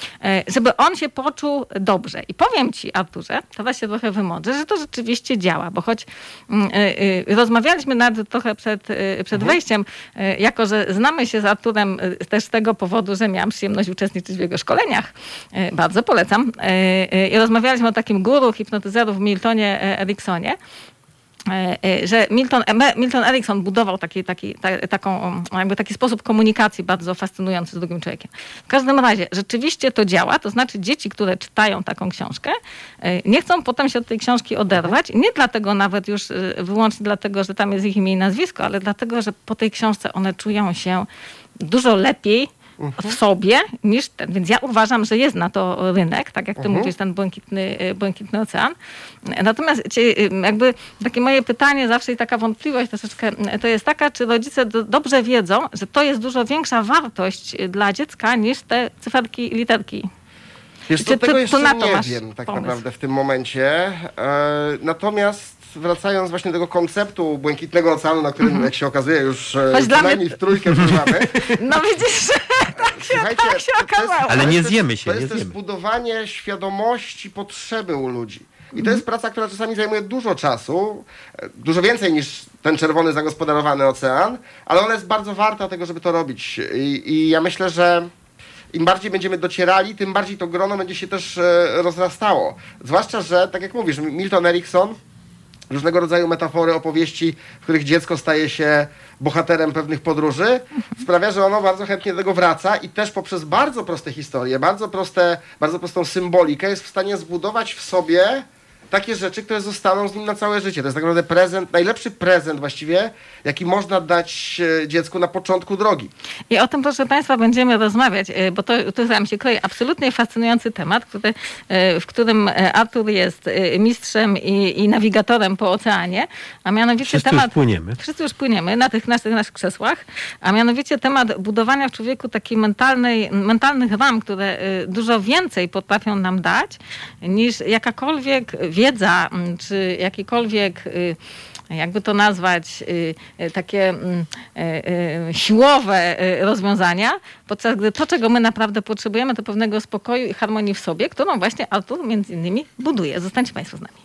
C: Żeby on się poczuł dobrze. I powiem ci, Arturze, teraz się trochę wymądrzę, że to rzeczywiście działa, bo choć y, y, rozmawialiśmy nawet trochę przed, y, przed mhm. wejściem, y, jako że znamy się z Arturem y, też z tego powodu, że miałam przyjemność uczestniczyć w jego szkoleniach. Y, bardzo polecam. Y, y, I rozmawialiśmy o takim guru hipnotyzerów Miltonie Eriksonie, że Milton, Milton Erickson budował taki, taki, ta, taką, jakby taki sposób komunikacji bardzo fascynujący z drugim człowiekiem. W każdym razie rzeczywiście to działa, to znaczy dzieci, które czytają taką książkę, nie chcą potem się od tej książki oderwać. Nie dlatego nawet już wyłącznie dlatego, że tam jest ich imię i nazwisko, ale dlatego, że po tej książce one czują się dużo lepiej w sobie niż ten. Więc ja uważam, że jest na to rynek, tak jak ty uh-huh. mówisz, ten błękitny, błękitny ocean. Natomiast jakby takie moje pytanie zawsze i taka wątpliwość troszeczkę to jest taka, czy rodzice do, dobrze wiedzą, że to jest dużo większa wartość dla dziecka niż te cyferki i literki.
D: Wiesz, to, tego jeszcze
C: to na to
D: nie
C: masz
D: wiem tak
C: pomysł.
D: naprawdę w tym momencie. E, natomiast wracając właśnie do tego konceptu Błękitnego Oceanu, na którym, mm-hmm. jak się okazuje, już e, co najmniej w trójkę przeżywamy.
C: No widzisz, tak się, tak się okazało.
B: Ale nie zjemy się,
D: To jest
B: nie
D: też
B: zjemy.
D: budowanie świadomości potrzeby u ludzi. I to jest praca, która czasami zajmuje dużo czasu, dużo więcej niż ten czerwony zagospodarowany ocean, ale ona jest bardzo warta tego, żeby to robić. I, i ja myślę, że im bardziej będziemy docierali, tym bardziej to grono będzie się też e, rozrastało. Zwłaszcza, że, tak jak mówisz, Milton Erickson, różnego rodzaju metafory, opowieści, w których dziecko staje się bohaterem pewnych podróży, sprawia, że ono bardzo chętnie do tego wraca i też poprzez bardzo proste historie, bardzo, proste, bardzo prostą symbolikę jest w stanie zbudować w sobie takie rzeczy, które zostaną z nim na całe życie. To jest tak naprawdę prezent, najlepszy prezent właściwie, jaki można dać dziecku na początku drogi.
C: I o tym, proszę Państwa, będziemy rozmawiać, bo to, to nam się klei absolutnie fascynujący temat, który, w którym Artur jest mistrzem i, i nawigatorem po oceanie, a mianowicie
B: wszyscy
C: temat...
B: Już płyniemy.
C: Wszyscy już płyniemy na tych naszych, naszych krzesłach, a mianowicie temat budowania w człowieku takiej mentalnej, mentalnych ram, które dużo więcej potrafią nam dać, niż jakakolwiek wiedza, czy jakiekolwiek, jakby to nazwać, takie siłowe rozwiązania, podczas gdy to, czego my naprawdę potrzebujemy, to pewnego spokoju i harmonii w sobie, którą właśnie Artur między innymi buduje. Zostańcie Państwo z nami.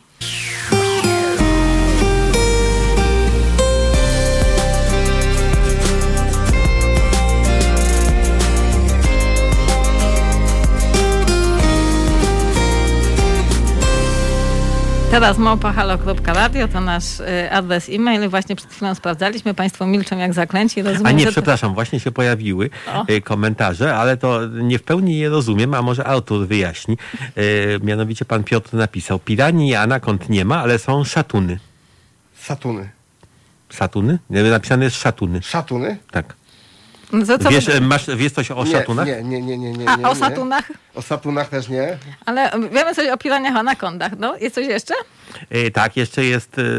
C: Teraz małpa halo kropka radio to nasz y, adres e-mail. Właśnie przed chwilą sprawdzaliśmy. Państwo milczą jak zaklęci. Rozumiem,
B: A nie,
C: że...
B: przepraszam, właśnie się pojawiły y, komentarze, ale to nie w pełni je rozumiem, a może Artur wyjaśni. Y, mianowicie pan Piotr napisał, piranii i anakond nie ma, ale są szatuny.
D: Satuny.
B: Satuny? Napisane jest szatuny.
D: Szatuny?
B: Tak.
C: No to co
B: Wiesz,
C: wy-
B: masz, wiesz coś o
D: nie,
B: szatunach?
D: Nie, nie, nie, nie, nie.
C: A
D: nie,
C: o
D: nie.
C: satunach?
D: O satunach też nie.
C: Ale wiemy coś o piraniach, anakondach. No, jest coś jeszcze?
B: E, tak, jeszcze jest e,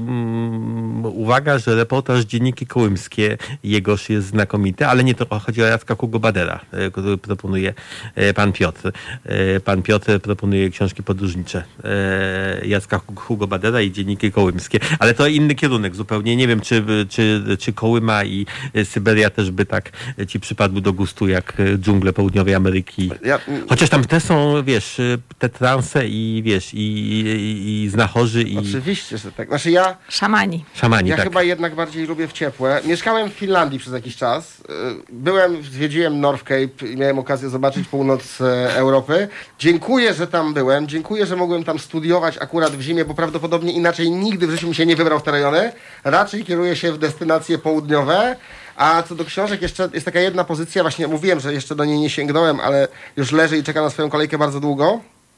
B: mm, uwaga, że reportaż Dzienniki Kołymskie jegoż jest znakomity, ale nie to chodzi o Jacka Hugo-Badera, e, który proponuje e, pan Piotr. E, pan Piotr proponuje książki podróżnicze e, Jacka Hugo-Badera i Dzienniki Kołymskie, ale to inny kierunek zupełnie. Nie wiem, czy, czy, czy Kołyma i Syberia też by tak ci przypadły do gustu jak dżungle południowej Ameryki.
D: Ja,
B: Chociaż tam te są, wiesz, te transe i wiesz, i, i, i znachorzy i
D: Oczywiście, że tak. Znaczy ja,
C: Szamani.
B: szamani,
D: ja
B: tak.
D: chyba jednak bardziej lubię w ciepłe. Mieszkałem w Finlandii przez jakiś czas. Y, Byłem, zwiedziłem North Cape i miałem okazję zobaczyć północ e, Europy. Dziękuję, że tam byłem. Dziękuję, że mogłem tam studiować akurat w zimie, bo prawdopodobnie inaczej nigdy w życiu mi się nie wybrał w te rejony. Raczej kieruję się w destynacje południowe. A co do książek, jeszcze jest taka jedna pozycja, właśnie mówiłem, że jeszcze do niej nie sięgnąłem, ale już leży i czeka na swoją kolejkę bardzo długo.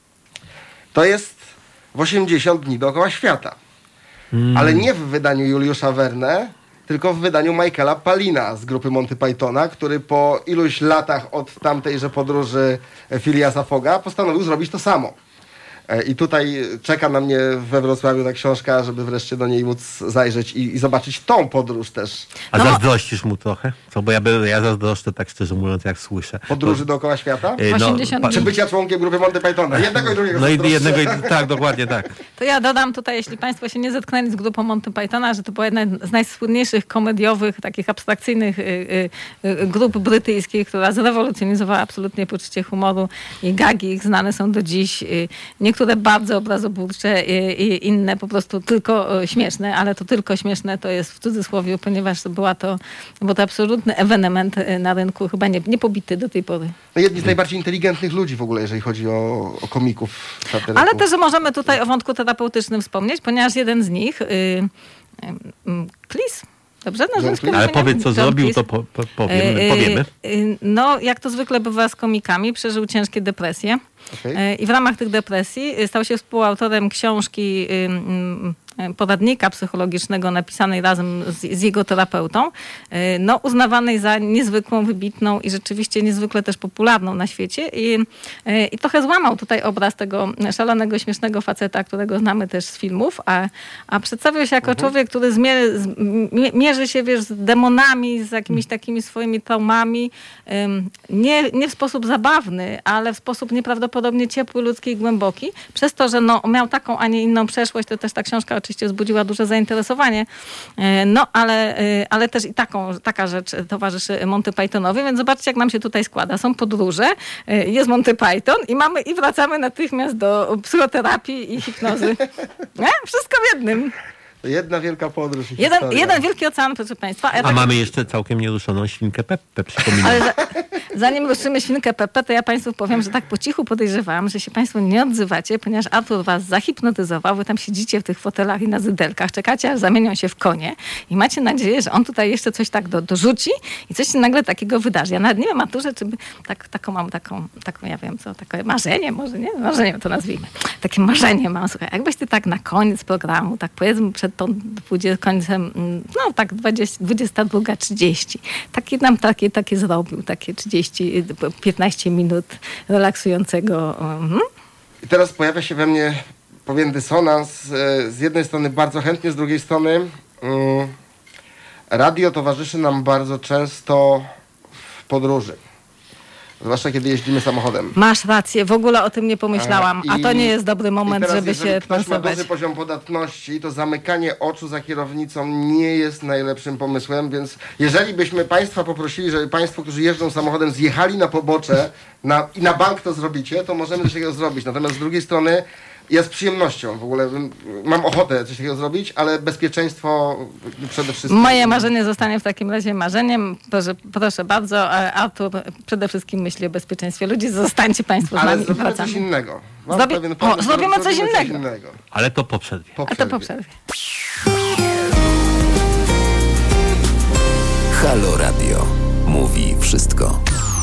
D: To jest w osiemdziesiąt dni dookoła świata.
B: Mm.
D: Ale nie w wydaniu Juliusza Verne, tylko w wydaniu Michaela Palina z grupy Monty Pythona, który po iluś latach od tamtejże podróży Phileasa Fogga postanowił zrobić to samo. E, I tutaj czeka na mnie we Wrocławiu ta książka, żeby wreszcie do niej móc zajrzeć i, i zobaczyć tą podróż też.
B: A
C: No.
B: zazdrościsz mu trochę? Co, bo ja, by, ja zazdroszczę tak szczerze mówiąc, jak słyszę.
D: Podróży dookoła świata?
B: E,
C: osiemdziesiąt
B: pa-
C: dni.
D: Czy bycia członkiem grupy Monty Pythona? Jednego i drugiego.
B: No i
D: zazdroszczę.
B: jednego, i, tak, dokładnie tak.
C: To ja dodam tutaj, jeśli Państwo się nie zetknęli z grupą Monty Pythona, że to była jedna z najsłynniejszych komediowych, takich abstrakcyjnych y, y, y, grup brytyjskich, która zrewolucjonizowała absolutnie poczucie humoru i gagi ich znane są do dziś. Y, niektóre bardzo obrazoburcze i, i inne po prostu tylko y, śmieszne, ale to tylko śmieszne to jest w cudzysłowie, ponieważ była to, był to absolutny ewenement y, na rynku, chyba nie, nie pobity do tej pory.
D: No jedni z najbardziej inteligentnych ludzi w ogóle, jeżeli chodzi o, o komików satyryków.
C: Ale też możemy tutaj o wątku terapeutycznym wspomnieć, ponieważ jeden z nich, y, y, y, Cleese, dobrze? No,
D: John
C: z
D: Cleese.
B: Ale
C: imieniem?
B: powiedz, co
C: John
B: zrobił,
C: Cleese.
B: to po, po, powiem,
C: Y, y,
B: powiemy.
C: y, No, jak to zwykle bywa z komikami, przeżył ciężkie depresje.
D: Okej.
C: Y, I w ramach tych depresji y, stał się współautorem książki y, y, poradnika psychologicznego napisanej razem z, z jego terapeutą, y, no, uznawanej za niezwykłą, wybitną i rzeczywiście niezwykle też popularną na świecie. I, y, i trochę złamał tutaj obraz tego szalonego, śmiesznego faceta, którego znamy też z filmów, a, a przedstawił się jako
D: Mhm.
C: człowiek, który zmierzy, z, mie- mierzy się, wiesz, z demonami, z jakimiś takimi swoimi traumami. Ym, nie, nie w sposób zabawny, ale w sposób nieprawdopodobnie ciepły, ludzki i głęboki. Przez to, że no, miał taką, a nie inną przeszłość, to też ta książka oczywiście wzbudziła duże zainteresowanie. Yy, No, ale, yy, ale też i taką, taka rzecz towarzyszy Monty Pythonowi, więc zobaczcie, jak nam się tutaj składa. Są podróże, yy, jest Monty Python i mamy i wracamy natychmiast do psychoterapii i hipnozy. Nie? Wszystko w jednym.
D: To jedna wielka podróż. i
C: Jeden,
D: historia.
C: jeden wielki ocean, proszę Państwa. Ja
B: A
C: tak-
B: mamy jeszcze całkiem nieruszoną świnkę Peppę, przypominam.
C: Ale za, zanim ruszymy świnkę Pepe, to ja Państwu powiem, że tak po cichu podejrzewam, że się Państwo nie odzywacie, ponieważ Artur Was zahipnotyzował. Wy tam siedzicie w tych fotelach i na zydelkach, czekacie, aż zamienią się w konie i macie nadzieję, że on tutaj jeszcze coś tak do, dorzuci i coś się nagle takiego wydarzy. Ja nawet nie wiem, Arturze, czy by, tak, taką mam taką, taką, ja wiem co, takie marzenie może, nie? Marzenie to nazwijmy. Takie marzenie mam, słuchaj, jakbyś Ty tak na koniec programu, tak powiedzmy przed tą dwudziestym końcem, no tak dwudziesta druga trzydzieści. Takie nam takie, takie zrobił, takie trzydzieści piętnaście minut relaksującego. Mhm.
D: I teraz pojawia się we mnie pewien dysonans. e, Z jednej strony bardzo chętnie, z drugiej strony mm, radio towarzyszy nam bardzo często w podróży. Zwłaszcza kiedy jeździmy samochodem.
C: Masz rację, w ogóle o tym nie pomyślałam, a to
D: I-
C: nie jest dobry
D: I
C: moment,
D: teraz,
C: żeby
D: jeżeli
C: się
D: ktoś ma
C: transować.
D: duży poziom podatności, to zamykanie oczu za kierownicą nie jest najlepszym pomysłem, więc jeżeli byśmy Państwa poprosili, żeby Państwo, którzy jeżdżą samochodem, zjechali na pobocze na, i na bank to zrobicie, to możemy coś takiego zrobić. Natomiast z drugiej strony Ja z przyjemnością w ogóle mam ochotę coś takiego zrobić, ale bezpieczeństwo przede wszystkim.
C: Moje marzenie zostanie w takim razie marzeniem. Proszę, proszę bardzo, Artur przede wszystkim myśli o bezpieczeństwie ludzi. Zostańcie Państwo z
D: Ale
C: nami i
D: zrobimy
C: wracamy.
D: coś innego. Mam
C: Zrobi-
D: pewien
C: o,
D: pomysł,
C: zrobimy
D: ale
C: coś
D: zrobimy
C: innego.
D: innego.
B: Ale to po przerwie.
D: Po
C: A to po
D: przerwie.
C: przerwie.
A: Halo Radio. Mówi wszystko.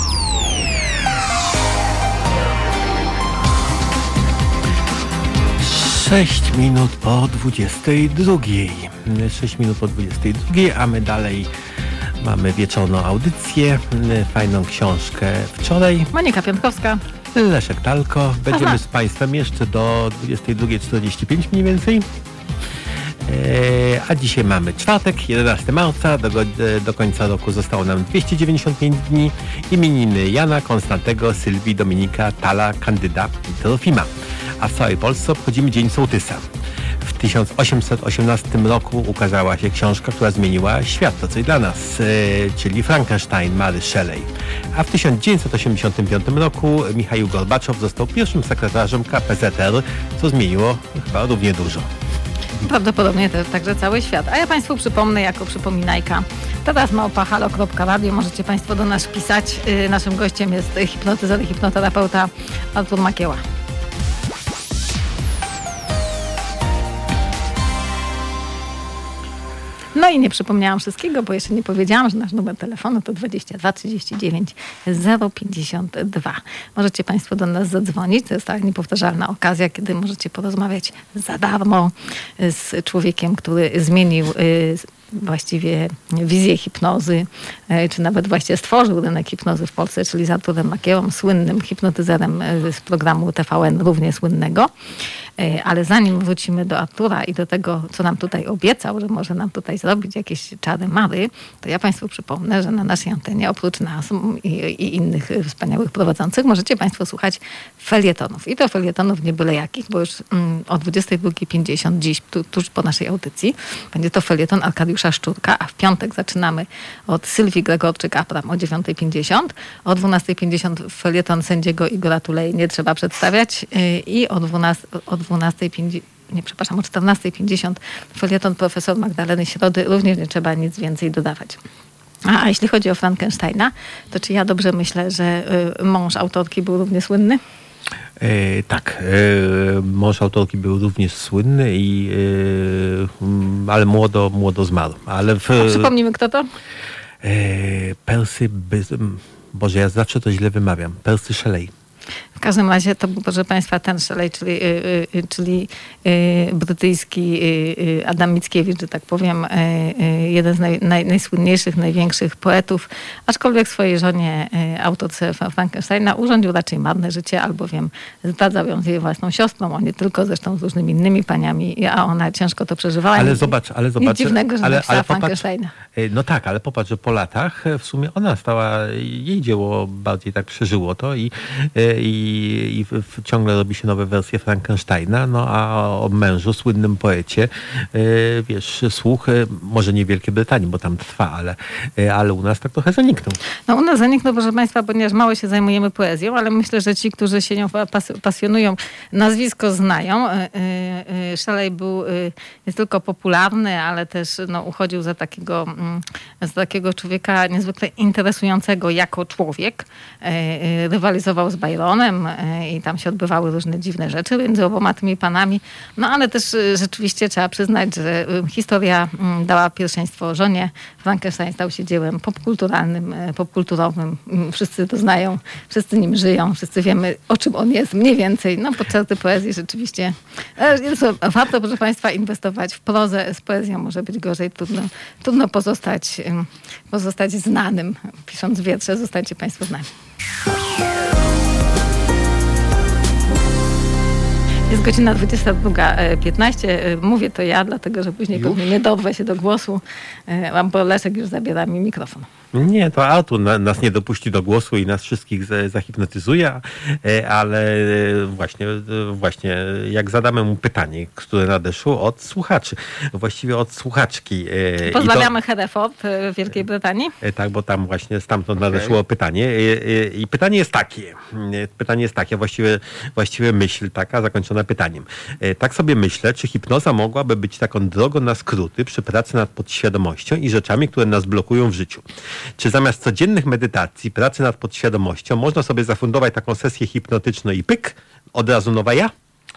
B: Sześć minut po dwudziestej drugiej. Sześć minut po dwudziestej drugiej, a my dalej mamy wieczorną audycję, fajną książkę wczoraj.
C: Monika Piątkowska.
B: Leszek Talko. Będziemy
C: Aha.
B: z Państwem jeszcze do dwudziestej drugiej czterdzieści pięć mniej więcej. Eee, a dzisiaj mamy czwartek, jedenastego marca, do, go- do końca roku zostało nam dwieście dziewięćdziesiąt pięć dni. Imieniny Jana, Konstantego, Sylwii, Dominika, Tala, Kandyda i Trofima. A w całej Polsce obchodzimy Dzień Sołtysa. W tysiąc osiemset osiemnastym roku ukazała się książka, która zmieniła świat, to co i dla nas, e, czyli Frankenstein Mary Shelley. A w tysiąc dziewięćset osiemdziesiątym piątym roku Michaił Gorbaczow został pierwszym sekretarzem K P Z R, co zmieniło chyba równie dużo.
C: Prawdopodobnie też także cały świat. A ja Państwu przypomnę jako przypominajka. Teraz małpa halo kropka radio. Możecie Państwo do nas pisać. Yy, naszym gościem jest hipnotyzer i hipnoterapeuta Artur Makieła. No i nie przypomniałam wszystkiego, bo jeszcze nie powiedziałam, że nasz numer telefonu to dwadzieścia dwa trzydzieści dziewięć zero pięćdziesiąt dwa. Możecie Państwo do nas zadzwonić. To jest ta niepowtarzalna okazja, kiedy możecie porozmawiać za darmo z człowiekiem, który zmienił y, właściwie wizję hipnozy, y, czy nawet właściwie stworzył rynek hipnozy w Polsce, czyli z Arturem Makiełą, słynnym hipnotyzerem y, z programu T V N, równie słynnego. Y, ale zanim wrócimy do Artura i do tego, co nam tutaj obiecał, że może nam tutaj zrobić jakieś czary mary, to ja Państwu przypomnę, że na naszej antenie oprócz nas i, i innych wspaniałych prowadzących możecie Państwo słuchać felietonów. I to felietonów nie byle jakich, bo już mm, o dwudziestej drugiej pięćdziesiąt dziś, tu, tuż po naszej audycji, będzie to felieton Arkadiusza Szczurka, a w piątek zaczynamy od Sylwii Gregorczyk-Apram o dziewiątej pięćdziesiąt, o dwunastej pięćdziesiąt felieton sędziego Igora Tulei nie trzeba przedstawiać yy, i o dwunastej pięćdziesiąt nie, przepraszam, o czternastej pięćdziesiąt felieton profesor Magdaleny Środy, również nie trzeba nic więcej dodawać. A, a jeśli chodzi o Frankensteina, to czy ja dobrze myślę, że y, mąż autorki był równie słynny?
B: E, tak, e, mąż autorki był również słynny, i, e, m, ale młodo, młodo zmarł. Ale w,
C: A przypomnijmy, kto to?
B: e, Percy, By, Boże, ja zawsze to źle wymawiam, Percy Shelley.
C: W każdym razie to był, proszę Państwa, ten Shelley, czyli, yy, yy, czyli yy, brytyjski yy, Adam Mickiewicz, że tak powiem, yy, yy, jeden z naj, naj, najsłynniejszych, największych poetów, aczkolwiek swojej żonie, yy, autorce Frankensteina, urządził raczej marne życie, albowiem zdradzał ją z jej własną siostrą, on nie tylko, zresztą z różnymi innymi paniami, a ona ciężko to przeżywała.
B: Ale
C: nic,
B: zobacz, ale zobacz.
C: Nic dziwnego, że
B: ale,
C: napisała
B: ale popatrz,
C: Frankensteina.
B: no tak, ale popatrz, że po latach w sumie ona stała, jej dzieło bardziej tak przeżyło to i, i i w, w, ciągle robi się nowe wersje Frankensteina, no a o mężu, słynnym poecie, yy, wiesz, słuch, yy, może nie w Wielkiej Brytanii, bo tam trwa, ale, yy, ale u nas tak trochę zaniknął.
C: No u nas zaniknął, proszę Państwa, ponieważ mało się zajmujemy poezją, ale myślę, że ci, którzy się nią pas- pasjonują, nazwisko znają. Yy, yy, Shelley był yy, nie tylko popularny, ale też no, uchodził za takiego, yy, za takiego człowieka niezwykle interesującego jako człowiek. Yy, yy, rywalizował z Byronem, i tam się odbywały różne dziwne rzeczy między oboma tymi panami. No ale też rzeczywiście trzeba przyznać, że historia dała pierwszeństwo żonie. Frankenstein stał się dziełem popkulturalnym, popkulturowym. Wszyscy to znają, wszyscy nim żyją, wszyscy wiemy, o czym on jest mniej więcej. No podczas poezji rzeczywiście warto, proszę Państwa, inwestować w prozę. Z poezją może być gorzej. Trudno, trudno pozostać, pozostać znanym. Pisząc wiersze, zostańcie Państwo z nami. Jest godzina dwudziesta druga piętnaście. Mówię to ja, dlatego że później
D: Już?
C: pewnie nie dorwę się do głosu, bo Leszek już zabiera mi mikrofon.
B: Nie, to Artur na, nas nie dopuści do głosu i nas wszystkich z, zahipnotyzuje, ale właśnie, właśnie jak zadamy mu pytanie, które nadeszło od słuchaczy, właściwie od słuchaczki.
C: Pozdrawiamy to, Hereford w Wielkiej Brytanii.
B: Tak, bo tam właśnie stamtąd nadeszło okay. pytanie i pytanie jest takie, pytanie jest takie, właściwie, właściwie myśl taka zakończona pytaniem. Tak sobie myślę, czy hipnoza mogłaby być taką drogą na skróty przy pracy nad podświadomością i rzeczami, które nas blokują w życiu. Czy zamiast codziennych medytacji, pracy nad podświadomością, można sobie zafundować taką sesję hipnotyczną i pyk, od razu nowa ja?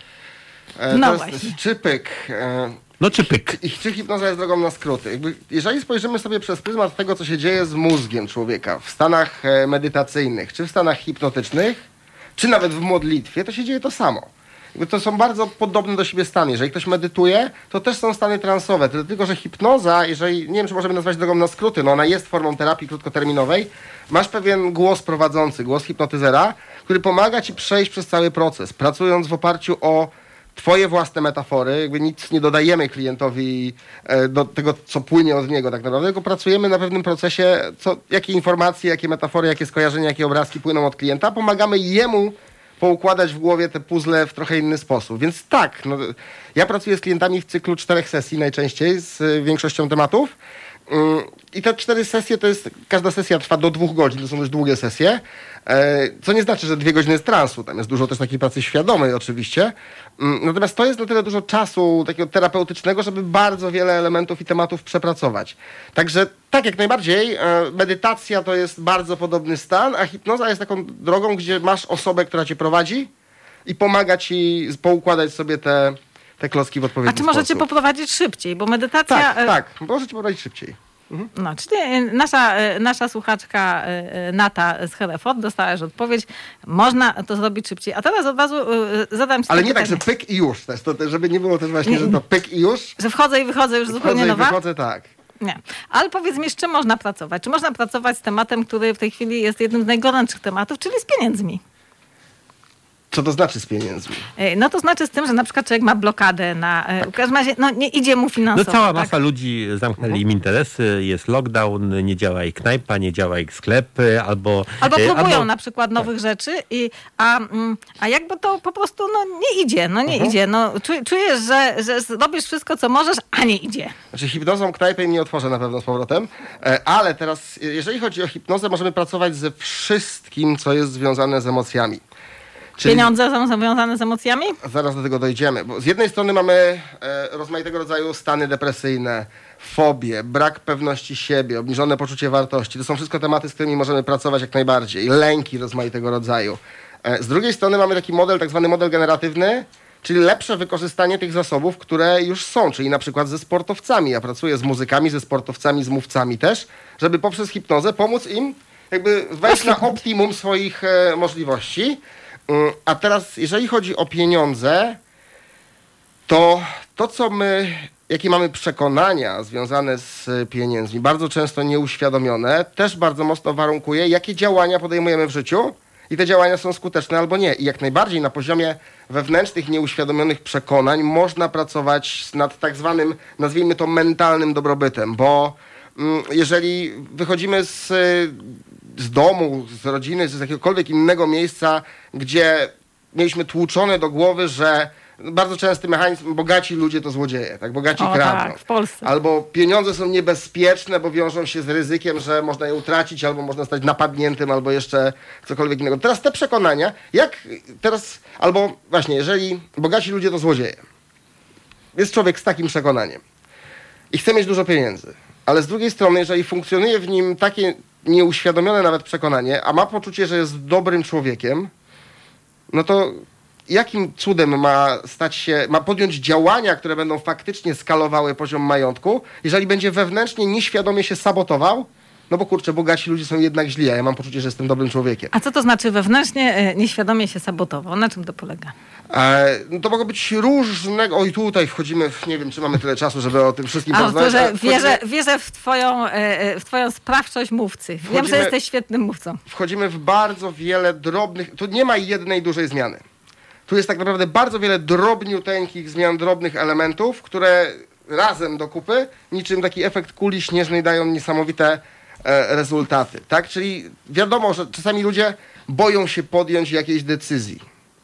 D: E, no właśnie. Czy pyk? E,
B: no czy pyk?
D: I czy hipnoza jest drogą na skróty? Jakby, jeżeli spojrzymy sobie przez pryzmat tego, co się dzieje z mózgiem człowieka w stanach medytacyjnych, czy w stanach hipnotycznych, czy nawet w modlitwie, to się dzieje to samo. To są bardzo podobne do siebie stany. Jeżeli ktoś medytuje, to też są stany transowe. Tylko że hipnoza, jeżeli, nie wiem, czy możemy nazwać drogą na skróty, no ona jest formą terapii krótkoterminowej, masz pewien głos prowadzący, głos hipnotyzera, który pomaga ci przejść przez cały proces, pracując w oparciu o twoje własne metafory. Jakby nic nie dodajemy klientowi do tego, co płynie od niego tak naprawdę, tylko pracujemy na pewnym procesie, co, jakie informacje, jakie metafory, jakie skojarzenia, jakie obrazki płyną od klienta, pomagamy jemu poukładać w głowie te puzzle w trochę inny sposób. Więc tak, no, ja pracuję z klientami w cyklu czterech sesji najczęściej z większością tematów. I te cztery sesje to jest, każda sesja trwa do dwóch godzin, to są dość długie sesje, co nie znaczy, że dwie godziny z transu, tam jest dużo też takiej pracy świadomej oczywiście, natomiast to jest na tyle dużo czasu takiego terapeutycznego, żeby bardzo wiele elementów i tematów przepracować. Także tak, jak najbardziej, medytacja to jest bardzo podobny stan, a hipnoza jest taką drogą, gdzie masz osobę, która cię prowadzi i pomaga ci poukładać sobie te te klocki w odpowiedni sposób.
C: A czy możecie poprowadzić szybciej? Bo medytacja...
D: Tak, tak. Możecie poprowadzić szybciej. Mhm.
C: No, czyli nasza, nasza słuchaczka Nata z Hereford dostała już odpowiedź. Można to zrobić szybciej. A teraz od razu zadam ci
D: Ale nie
C: pytanie.
D: tak, że pyk i już. Też, to, żeby nie było też właśnie, nie, że to pyk i już.
C: Że wchodzę i wychodzę już
D: wchodzę
C: zupełnie
D: i
C: nowa?
D: wychodzę, tak.
C: Nie. Ale powiedz mi, z czym można pracować? Czy można pracować z tematem, który w tej chwili jest jednym z najgorętszych tematów, czyli z pieniędzmi?
D: Co to znaczy z pieniędzmi?
C: No to znaczy z tym, że na przykład człowiek ma blokadę na... Tak. W każdym razie no, nie idzie mu finansowo.
B: No cała
C: tak?
B: masa ludzi zamknęli im interesy, jest lockdown, nie działa ich knajpa, nie działa ich sklep, albo...
C: Albo próbują
B: albo,
C: na przykład nowych tak. rzeczy, i, a, a jakby to po prostu no, nie idzie, no nie uh-huh. idzie. No, czujesz, że, że robisz wszystko, co możesz, a nie idzie.
D: Znaczy hipnozą knajpę im nie otworzę na pewno z powrotem, ale teraz, jeżeli chodzi o hipnozę, możemy pracować ze wszystkim, co jest związane z emocjami.
C: Czyli pieniądze są związane z emocjami?
D: Zaraz do tego dojdziemy, bo z jednej strony mamy e, rozmaitego rodzaju stany depresyjne, fobie, brak pewności siebie, obniżone poczucie wartości. To są wszystko tematy, z którymi możemy pracować jak najbardziej. Lęki rozmaitego rodzaju. E, z drugiej strony mamy taki model, tak zwany model generatywny, czyli lepsze wykorzystanie tych zasobów, które już są, czyli na przykład ze sportowcami. Ja pracuję z muzykami, ze sportowcami, z mówcami też, żeby poprzez hipnozę pomóc im jakby wejść na optimum swoich e, możliwości. A teraz, jeżeli chodzi o pieniądze, to to, co my, jakie mamy przekonania związane z pieniędzmi, bardzo często nieuświadomione, też bardzo mocno warunkuje, jakie działania podejmujemy w życiu i te działania są skuteczne albo nie. I jak najbardziej na poziomie wewnętrznych, nieuświadomionych przekonań można pracować nad tak zwanym, nazwijmy to, mentalnym dobrobytem, bo mm, jeżeli wychodzimy z... z domu, z rodziny, z jakiegokolwiek innego miejsca, gdzie mieliśmy tłuczone do głowy, że bardzo częsty mechanizm, bogaci ludzie to złodzieje, tak? Bogaci
C: o,
D: kradną.
C: Tak, w Polsce.
D: Albo pieniądze są niebezpieczne, bo wiążą się z ryzykiem, że można je utracić, albo można zostać napadniętym, albo jeszcze cokolwiek innego. Teraz te przekonania, jak teraz, albo właśnie, jeżeli bogaci ludzie to złodzieje, jest człowiek z takim przekonaniem i chce mieć dużo pieniędzy, ale z drugiej strony, jeżeli funkcjonuje w nim takie nieuświadomione nawet przekonanie, a ma poczucie, że jest dobrym człowiekiem, no to jakim cudem ma stać się, ma podjąć działania, które będą faktycznie skalowały poziom majątku, jeżeli będzie wewnętrznie nieświadomie się sabotował? No bo kurczę, bogaci ludzie są jednak źli, a ja mam poczucie, że jestem dobrym człowiekiem.
C: A co to znaczy wewnętrznie nieświadomie się sabotował? Na czym to polega?
D: E, no to mogą być różnego... Oj, tutaj wchodzimy, w, nie wiem, czy mamy tyle czasu, żeby o tym wszystkim porozmawiać.
C: Ale wchodzimy... wierzę, wierzę w twoją, w twoją sprawczość mówcy. Wchodzimy, wiem, że jesteś świetnym mówcą.
D: Wchodzimy w bardzo wiele drobnych... Tu nie ma jednej dużej zmiany. Tu jest tak naprawdę bardzo wiele drobniuteńkich zmian, drobnych elementów, które razem do kupy, niczym taki efekt kuli śnieżnej, dają niesamowite e, rezultaty, tak? Czyli wiadomo, że czasami ludzie boją się podjąć jakiejś decyzji.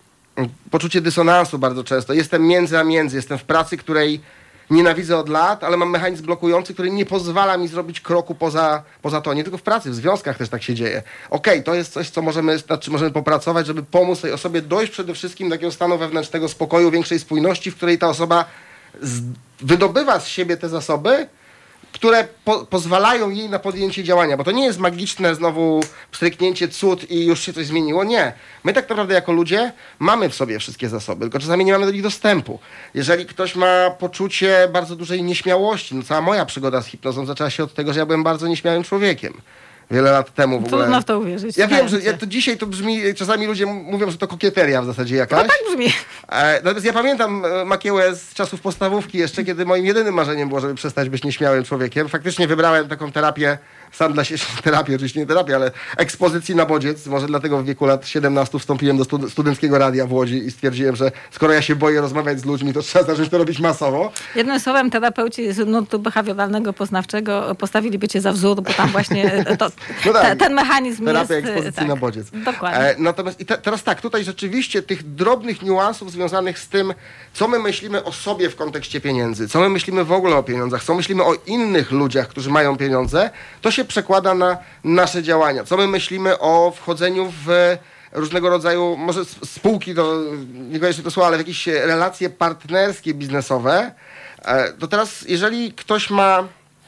D: Poczucie dysonansu bardzo często. Jestem między a między. Jestem w pracy, której nienawidzę od lat, ale mam mechanizm blokujący, który nie pozwala mi zrobić kroku poza, poza to. Nie tylko w pracy, w związkach też tak się dzieje. Okej, okay, to jest coś, co możemy, nad czym możemy popracować, żeby pomóc tej osobie dojść przede wszystkim do takiego stanu wewnętrznego spokoju, większej spójności, w której ta osoba z, wydobywa z siebie te zasoby, które po, pozwalają jej na podjęcie działania, bo to nie jest magiczne znowu stryknięcie cud i już się coś zmieniło. Nie. My tak naprawdę jako ludzie mamy w sobie wszystkie zasoby, tylko czasami nie mamy do nich dostępu. Jeżeli ktoś ma poczucie bardzo dużej nieśmiałości, no cała moja przygoda z hipnozą zaczęła się od tego, że ja byłem bardzo nieśmiałym człowiekiem. Wiele lat temu w ogóle.
C: Trudno w to uwierzyć.
D: Ja wiem, że ja to dzisiaj to brzmi, czasami ludzie mówią, że to kokieteria w zasadzie jakaś.
C: No tak brzmi.
D: E, natomiast ja pamiętam Makiełę z czasów podstawówki jeszcze, kiedy moim jedynym marzeniem było, żeby przestać być nieśmiałym człowiekiem. Faktycznie wybrałem taką terapię, sam dla siebie, terapię, oczywiście nie terapię, ale ekspozycji na bodziec. Może dlatego w wieku lat siedemnastu wstąpiłem do stud- studenckiego radia w Łodzi i stwierdziłem, że skoro ja się boję rozmawiać z ludźmi, to trzeba zacząć to robić masowo.
C: Jednym słowem, terapeuci z nurtu behawioralnego poznawczego postawiliby cię za wzór, bo tam właśnie to,
D: no tak,
C: te, ten mechanizm
D: terapia
C: jest...
D: ekspozycji
C: tak,
D: na bodziec.
C: Dokładnie.
D: E, natomiast i te, teraz tak, tutaj rzeczywiście tych drobnych niuansów związanych z tym, co my myślimy o sobie w kontekście pieniędzy, co my myślimy w ogóle o pieniądzach, co myślimy o innych ludziach, którzy mają pieniądze, to się przekłada na nasze działania. Co my myślimy o wchodzeniu w różnego rodzaju, może spółki, to niekoniecznie to słowo, ale w jakieś relacje partnerskie, biznesowe, to teraz jeżeli ktoś ma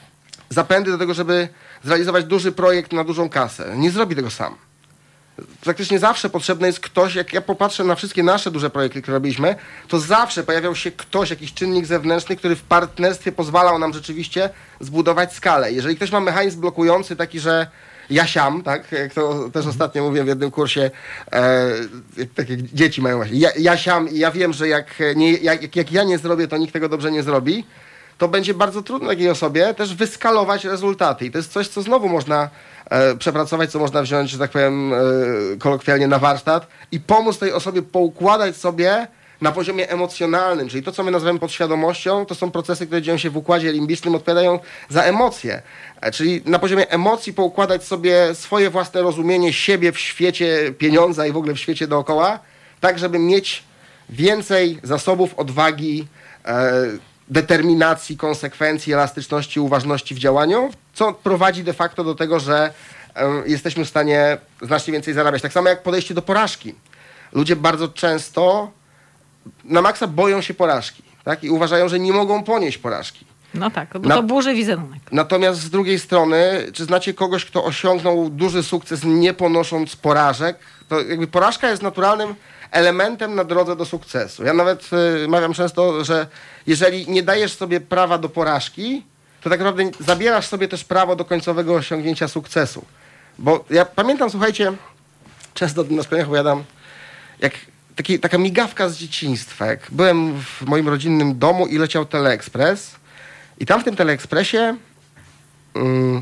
D: zapędy do tego, żeby zrealizować duży projekt na dużą kasę, nie zrobi tego sam. Praktycznie zawsze potrzebny jest ktoś, jak ja popatrzę na wszystkie nasze duże projekty, które robiliśmy, to zawsze pojawiał się ktoś, jakiś czynnik zewnętrzny, który w partnerstwie pozwalał nam rzeczywiście zbudować skalę. Jeżeli ktoś ma mechanizm blokujący taki, że ja siam, tak, jak to też ostatnio mówiłem w jednym kursie, e, takie dzieci mają właśnie, ja, ja siam i ja wiem, że jak, nie, jak, jak ja nie zrobię, to nikt tego dobrze nie zrobi, to będzie bardzo trudno takiej osobie też wyskalować rezultaty. I to jest coś, co znowu można e, przepracować, co można wziąć, że tak powiem, e, kolokwialnie na warsztat i pomóc tej osobie poukładać sobie na poziomie emocjonalnym, czyli to, co my nazywamy podświadomością, to są procesy, które dzieją się w układzie limbicznym, odpowiadają za emocje. E, czyli na poziomie emocji poukładać sobie swoje własne rozumienie siebie w świecie pieniądza i w ogóle w świecie dookoła, tak, żeby mieć więcej zasobów, odwagi, e, determinacji, konsekwencji, elastyczności, uważności w działaniu, co prowadzi de facto do tego, że e, jesteśmy w stanie znacznie więcej zarabiać. Tak samo jak podejście do porażki. Ludzie bardzo często na maksa boją się porażki, tak? I uważają, że nie mogą ponieść porażki.
C: No tak, bo
D: Na-
C: to burzy wizerunek.
D: Natomiast z drugiej strony, czy znacie kogoś, kto osiągnął duży sukces nie ponosząc porażek? To jakby porażka jest naturalnym elementem na drodze do sukcesu. Ja nawet y, mawiam często, że jeżeli nie dajesz sobie prawa do porażki, to tak naprawdę zabierasz sobie też prawo do końcowego osiągnięcia sukcesu. Bo ja pamiętam, słuchajcie, często na szkoleniach opowiadam, jak taki, taka migawka z dzieciństwa. Jak byłem w moim rodzinnym domu i leciał Teleekspres i tam w tym Teleekspresie mm,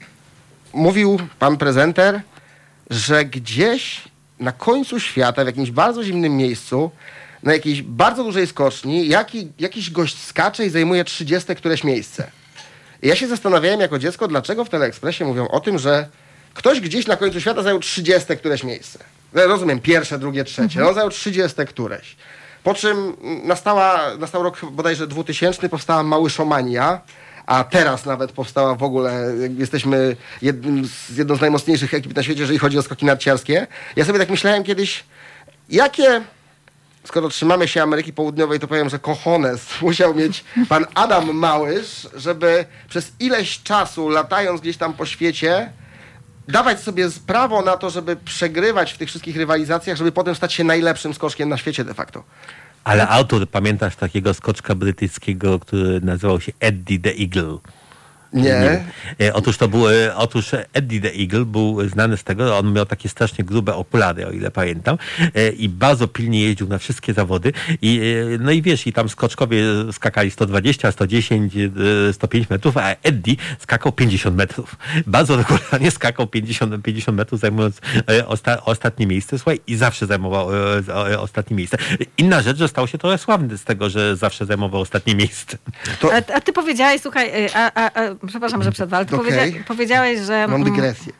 D: mówił pan prezenter, że gdzieś na końcu świata, w jakimś bardzo zimnym miejscu, na jakiejś bardzo dużej skoczni, jaki, jakiś gość skacze i zajmuje trzydzieste któreś miejsce. I ja się zastanawiałem jako dziecko, dlaczego w Teleekspresie mówią o tym, że ktoś gdzieś na końcu świata zajął trzydzieste któreś miejsce. Ja rozumiem, pierwsze, drugie, trzecie. Mhm. On zajął trzydzieste któreś. Po czym nastała, nastał rok bodajże dwutysięczny, powstała Małyszomania, a teraz nawet powstała w ogóle, jesteśmy jednym z, jedną z najmocniejszych ekip na świecie, jeżeli chodzi o skoki narciarskie. Ja sobie tak myślałem kiedyś, jakie, skoro trzymamy się Ameryki Południowej, to powiem, że cojones musiał mieć pan Adam Małysz, żeby przez ileś czasu, latając gdzieś tam po świecie, dawać sobie prawo na to, żeby przegrywać w tych wszystkich rywalizacjach, żeby potem stać się najlepszym skoczkiem na świecie de facto.
B: Ale autor, pamiętasz takiego skoczka brytyjskiego, który nazywał się Eddie the Eagle?
D: Nie.
B: nie e, otóż to był, e, otóż Eddie the Eagle był znany z tego, że on miał takie strasznie grube okulary, o ile pamiętam, e, i bardzo pilnie jeździł na wszystkie zawody. I, e, no i wiesz, i tam skoczkowie skakali sto dwadzieścia, sto dziesięć, e, sto pięć metrów, a Eddie skakał pięćdziesiąt metrów. Bardzo regularnie skakał pięćdziesiąt, pięćdziesiąt metrów, zajmując e, osta, ostatnie miejsce. Słuchaj, i zawsze zajmował e, e, ostatnie miejsce. Inna rzecz, że stał się trochę sławny z tego, że zawsze zajmował ostatnie miejsce.
C: To... A, a ty powiedziałeś, słuchaj, a, a, a przepraszam, że przerwę, ale ty
D: Okay.
C: powiedzia, powiedziałeś, że...
D: Mam dygresję.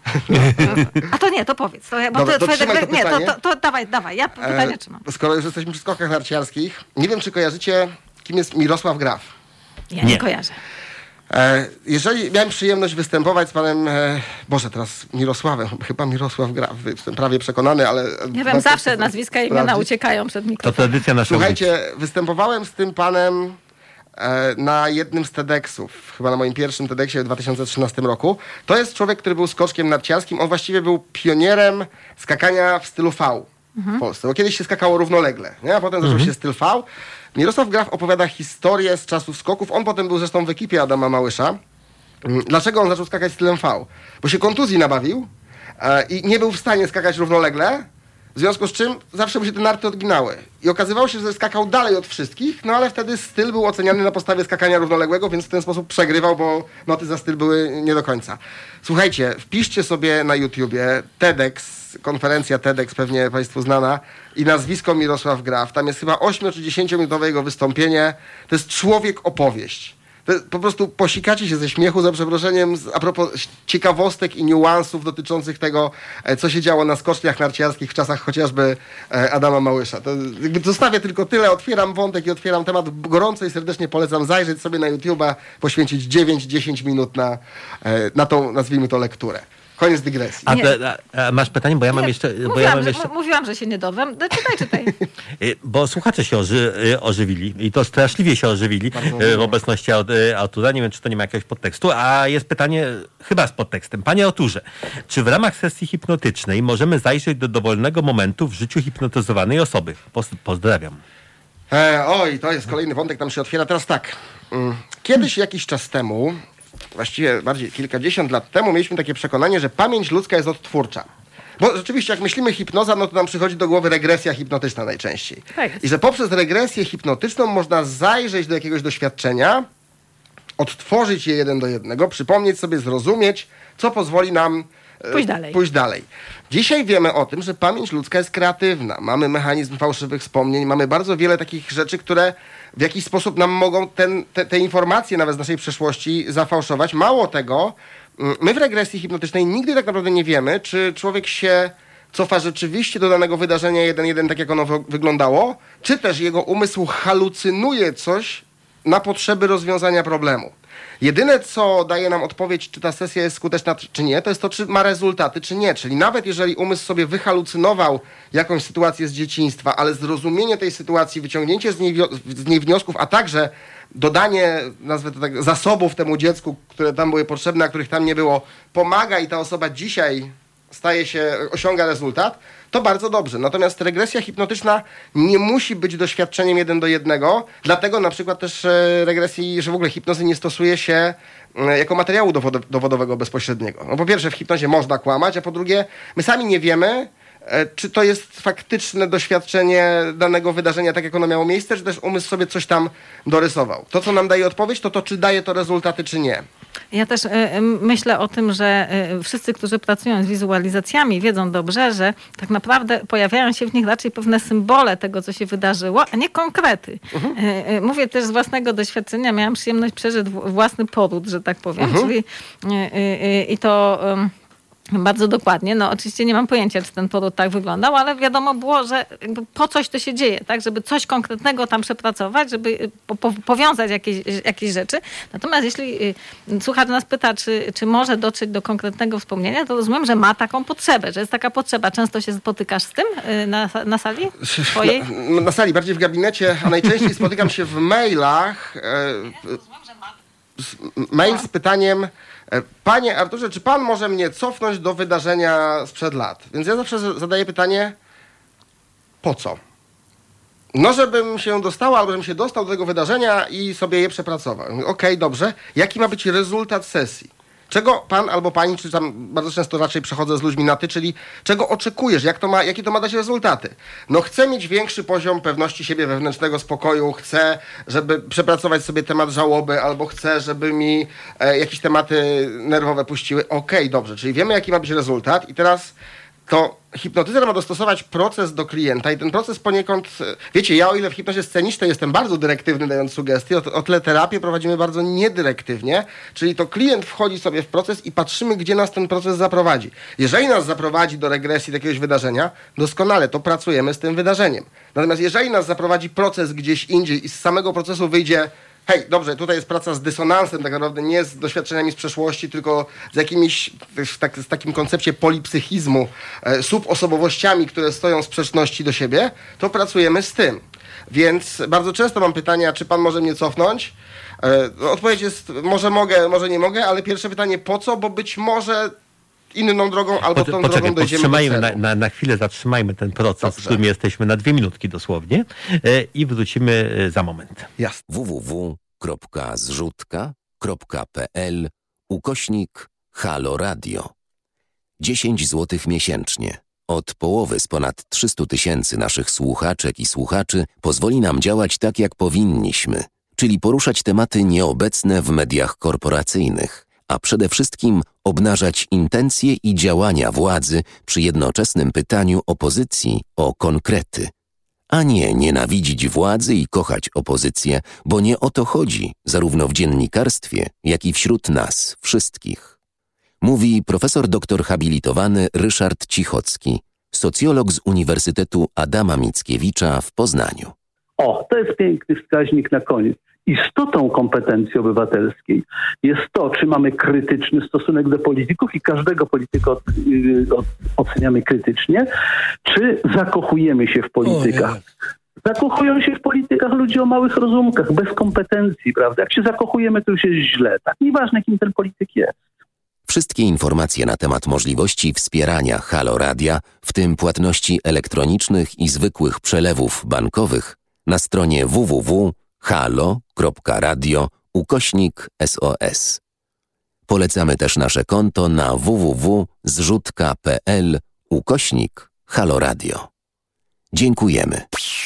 C: A to nie, to powiedz. To, bo
D: Dobra,
C: to,
D: to
C: twoje,
D: trzymaj to
C: nie, to,
D: pytanie.
C: to, to dawaj, dawaj, ja pytanie
D: E,
C: trzymam.
D: skoro już jesteśmy przy skokach narciarskich, nie wiem, czy kojarzycie, kim jest Mirosław Graf.
C: Ja nie,
B: nie.
C: kojarzę.
D: E, jeżeli miałem przyjemność występować z panem, e, Boże, teraz Mirosławem, chyba Mirosław Graf, jestem prawie przekonany, ale...
C: Nie wiem, zawsze nazwiska i imiona uciekają przed
B: To
C: mikrofonem.
B: tradycja nasza.
D: Słuchajcie, występowałem z tym panem e, na jednym z TEDxów, chyba na moim pierwszym TEDxie w dwa tysiące trzynastym roku. To jest człowiek, który był skoczkiem narciarskim. On właściwie był pionierem skakania w stylu V w Polsce, bo kiedyś się skakało równolegle, nie? A potem zaczął się styl V. Mirosław Graf opowiada historię z czasów skoków. On potem był zresztą w ekipie Adama Małysza. Mm, Dlaczego on zaczął skakać stylem V? Bo się kontuzji nabawił e, i nie był w stanie skakać równolegle, w związku z czym zawsze mu się te narty odginały. I okazywało się, że skakał dalej od wszystkich, no ale wtedy styl był oceniany na podstawie skakania równoległego, więc w ten sposób przegrywał, bo noty za styl były nie do końca. Słuchajcie, wpiszcie sobie na YouTubie TEDx, konferencja TEDx, pewnie Państwu znana, i nazwisko Mirosław Graf. Tam jest chyba ośmiu czy dziesięciominutowe jego wystąpienie. To jest człowiek opowieść. To po prostu posikacie się ze śmiechu, za przeproszeniem, z- a propos ciekawostek i niuansów dotyczących tego, e, co się działo na skoczniach narciarskich w czasach chociażby e, Adama Małysza. To jakby zostawię tylko tyle, otwieram wątek i otwieram temat. Gorąco i serdecznie polecam zajrzeć sobie na YouTube'a, poświęcić dziewięć dziesięć minut na, e, na tą, nazwijmy to, lekturę. Koniec dygresji.
B: A,
C: Nie.
B: te, a, a masz pytanie, bo ja mam
C: Nie,
B: jeszcze... Bo ja
C: mówiłam,
B: mam
C: że,
B: jeszcze...
C: m- mówiłam, że się nie dowiem. No, czytaj, czytaj.
B: Y, Bo słuchacze się oży, y, ożywili i to straszliwie się ożywili y, w obecności aut- y, autora. Nie wiem, czy to nie ma jakiegoś podtekstu, a jest pytanie chyba z podtekstem. Panie autorze, czy w ramach sesji hipnotycznej możemy zajrzeć do dowolnego momentu w życiu hipnotyzowanej osoby? Pos- pozdrawiam.
D: E, oj, to jest kolejny wątek, tam się otwiera. Teraz tak. Mm, Kiedyś, jakiś czas temu, właściwie bardziej kilkadziesiąt lat temu, mieliśmy takie przekonanie, że pamięć ludzka jest odtwórcza. Bo rzeczywiście, jak myślimy hipnoza, no to nam przychodzi do głowy regresja hipnotyczna najczęściej.
C: Tak jest.
D: I że poprzez regresję hipnotyczną można zajrzeć do jakiegoś doświadczenia, odtworzyć je jeden do jednego, przypomnieć sobie, zrozumieć, co pozwoli nam e,
C: Pójść dalej.
D: pójść dalej. Dzisiaj wiemy o tym, że pamięć ludzka jest kreatywna. Mamy mechanizm fałszywych wspomnień, mamy bardzo wiele takich rzeczy, które w jakiś sposób nam mogą ten, te, te informacje nawet z naszej przeszłości zafałszować. Mało tego, mm, my w regresji hipnotycznej nigdy tak naprawdę nie wiemy, czy człowiek się cofa rzeczywiście do danego wydarzenia jeden jeden, tak jak ono wy- wyglądało, czy też jego umysł halucynuje coś na potrzeby rozwiązania problemu. Jedyne, co daje nam odpowiedź, czy ta sesja jest skuteczna, czy nie, to jest to, czy ma rezultaty, czy nie. Czyli nawet jeżeli umysł sobie wyhalucynował jakąś sytuację z dzieciństwa, ale zrozumienie tej sytuacji, wyciągnięcie z niej, wio- z niej wniosków, a także dodanie, nazwę to tak, zasobów temu dziecku, które tam były potrzebne, a których tam nie było, pomaga i ta osoba dzisiaj staje się, osiąga rezultat, to bardzo dobrze. Natomiast regresja hipnotyczna nie musi być doświadczeniem jeden do jednego, dlatego na przykład też e, regresji, że w ogóle hipnozy nie stosuje się e, jako materiału dowodo- dowodowego bezpośredniego. No po pierwsze, w hipnozie można kłamać, a po drugie, my sami nie wiemy, e, czy to jest faktyczne doświadczenie danego wydarzenia, tak jak ono miało miejsce, czy też umysł sobie coś tam dorysował. To, co nam daje odpowiedź, to to, czy daje to rezultaty, czy nie.
C: Ja też y, y, myślę o tym, że y, wszyscy, którzy pracują z wizualizacjami, wiedzą dobrze, że tak naprawdę pojawiają się w nich raczej pewne symbole tego, co się wydarzyło, a nie konkrety.
D: Mhm.
C: Y, y, mówię też z własnego doświadczenia. Miałam przyjemność przeżyć w- własny poród, że tak powiem.
D: Mhm.
C: Czyli y, y, y, i to... ym, Bardzo dokładnie. No oczywiście nie mam pojęcia, czy ten poród tak wyglądał, ale wiadomo było, że jakby po coś to się dzieje, tak? Żeby coś konkretnego tam przepracować, żeby y, po, po, powiązać jakieś, jakieś rzeczy. Natomiast jeśli y, słuchacz nas pyta, czy, czy może dotrzeć do konkretnego wspomnienia, to rozumiem, że ma taką potrzebę, że jest taka potrzeba. Często się spotykasz z tym y, na, na sali twojej?
D: Na, na sali, bardziej w gabinecie, a najczęściej spotykam się w mailach. E, z, mail z pytaniem: e, Panie Arturze, czy pan może mnie cofnąć do wydarzenia sprzed lat? Więc ja zawsze z- zadaję pytanie: po co? No, żebym się dostała, albo żebym się dostał do tego wydarzenia i sobie je przepracował. Okej, okay, dobrze. Jaki ma być rezultat sesji? Czego pan albo pani, czy tam bardzo często raczej przechodzę z ludźmi na ty, czyli czego oczekujesz, jak to ma, jakie to ma dać rezultaty? No chcę mieć większy poziom pewności siebie, wewnętrznego spokoju, chcę, żeby przepracować sobie temat żałoby, albo chcę, żeby mi e, jakieś tematy nerwowe puściły. Okej, okay, dobrze, czyli wiemy, jaki ma być rezultat i teraz to hipnotyzer ma dostosować proces do klienta i ten proces poniekąd, wiecie, ja o ile w hipnozie scenicznej jestem bardzo dyrektywny, dając sugestie, o, o tyle terapię prowadzimy bardzo niedyrektywnie, czyli to klient wchodzi sobie w proces i patrzymy, gdzie nas ten proces zaprowadzi. Jeżeli nas zaprowadzi do regresji do jakiegoś wydarzenia, doskonale, to pracujemy z tym wydarzeniem. Natomiast jeżeli nas zaprowadzi proces gdzieś indziej i z samego procesu wyjdzie: hej, dobrze, tutaj jest praca z dysonansem, tak naprawdę nie z doświadczeniami z przeszłości, tylko z jakimiś, w, tak, w takim koncepcie polipsychizmu, e, subosobowościami, które stoją w sprzeczności do siebie, to pracujemy z tym. Więc bardzo często mam pytania, czy pan może mnie cofnąć? E, odpowiedź jest, może mogę, może nie mogę, ale pierwsze pytanie, po co? Bo być może inną drogą albo tą
B: Poczekaj,
D: drogą dojdziemy do celu.
B: na, na, na chwilę zatrzymajmy ten proces,
D: Dobrze.
B: w którym jesteśmy na dwie minutki dosłownie e, i wrócimy e, za moment.
D: Jasne.
A: w w w kropka zrzutka kropka p l ukośnik Halo Radio. dziesięć złotych miesięcznie. Od połowy z ponad trzystu tysięcy naszych słuchaczek i słuchaczy pozwoli nam działać tak, jak powinniśmy, czyli poruszać tematy nieobecne w mediach korporacyjnych, a przede wszystkim obnażać intencje i działania władzy przy jednoczesnym pytaniu opozycji o konkrety. A nie nienawidzić władzy i kochać opozycję, bo nie o to chodzi zarówno w dziennikarstwie, jak i wśród nas wszystkich. Mówi profesor doktor habilitowany Ryszard Cichocki, socjolog z Uniwersytetu Adama Mickiewicza w Poznaniu.
E: O, to jest piękny wskaźnik na koniec. Istotą kompetencji obywatelskiej jest to, czy mamy krytyczny stosunek do polityków i każdego polityka od, od, oceniamy krytycznie, czy zakochujemy się w politykach. Zakochują się w politykach ludzie o małych rozumkach, bez kompetencji, prawda? Jak się zakochujemy, to już jest źle. Tak, nieważne, kim ten polityk jest.
A: Wszystkie informacje na temat możliwości wspierania Halo Radia, w tym płatności elektronicznych i zwykłych przelewów bankowych, na stronie w w w kropka halo kropka radio ukośnik S O S. Polecamy też nasze konto na w w w kropka zrzutka kropka p l ukośnik Halo Radio. Dziękujemy.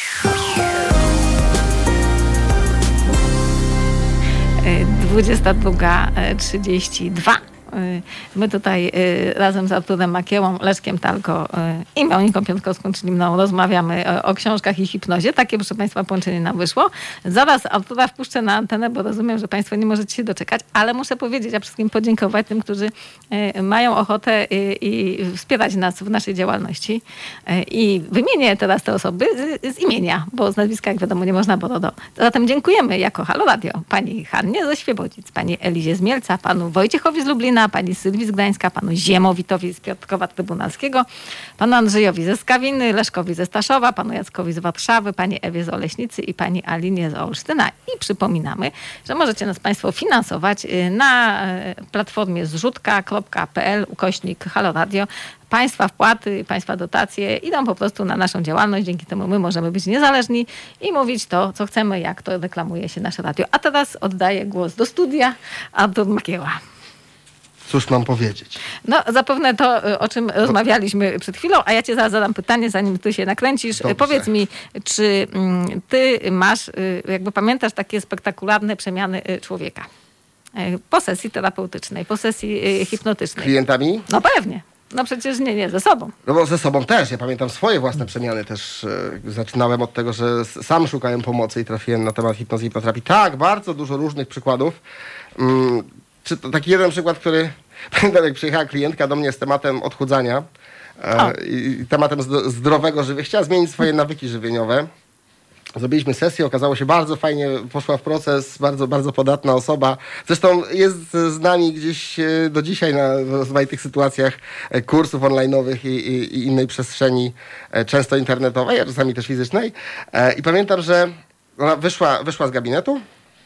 C: dwudziesta druga trzydzieści dwa. My tutaj razem z Arturem Makiełą, Leszkiem Talko i Moniką Piątkowską, czyli mną, rozmawiamy o książkach i hipnozie. Takie, proszę Państwa, połączenie nam wyszło. Zaraz Artura wpuszczę na antenę, bo rozumiem, że Państwo nie możecie się doczekać, ale muszę powiedzieć, a wszystkim podziękować tym, którzy mają ochotę i, i wspierać nas w naszej działalności. I wymienię teraz te osoby z, z imienia, bo z nazwiska, jak wiadomo, nie można było do. Zatem dziękujemy jako Halo Radio pani Hannie ze Świebodzic, pani Elizie z Mielca, panu Wojciechowi z Lublina, pani Sylwii z Gdańska, panu Ziemowitowi z Piotrkowa Trybunalskiego, panu Andrzejowi ze Skawiny, Leszkowi ze Staszowa, panu Jackowi z Warszawy, pani Ewie z Oleśnicy i pani Alinie z Olsztyna. I przypominamy, że możecie nas Państwo finansować na platformie zrzutka kropka p l ukośnik Halo Radio. Państwa wpłaty, Państwa dotacje idą po prostu na naszą działalność. Dzięki temu my możemy być niezależni i mówić to, co chcemy, jak to reklamuje się nasze radio. A teraz oddaję głos do studia. Artur Makieła.
D: Cóż mam powiedzieć?
C: No zapewne to, o czym rozmawialiśmy przed chwilą, a ja cię zaraz zadam pytanie, zanim ty się nakręcisz.
D: Dobrze.
C: Powiedz mi, czy ty masz, jakby pamiętasz takie spektakularne przemiany człowieka po sesji terapeutycznej, po sesji hipnotycznej?
D: Klientami?
C: No pewnie. No przecież nie, nie, ze sobą.
D: No bo ze sobą też. Ja pamiętam swoje własne przemiany też. E, zaczynałem od tego, że s- sam szukałem pomocy i trafiłem na temat hipnozy i hipnoterapii. Tak, bardzo dużo różnych przykładów. Mm, czy to taki jeden przykład, który... Pamiętam, jak przyjechała klientka do mnie z tematem odchudzania e, i, i tematem zd- zdrowego żywienia. Chciała zmienić swoje nawyki żywieniowe. Zrobiliśmy sesję, okazało się bardzo fajnie, poszła w proces, bardzo, bardzo podatna osoba. Zresztą jest z nami gdzieś e, do dzisiaj na rozmaitych sytuacjach e, kursów online'owych i, i, i innej przestrzeni, e, często internetowej, a czasami też fizycznej. E, I pamiętam, że ona wyszła, wyszła z gabinetu,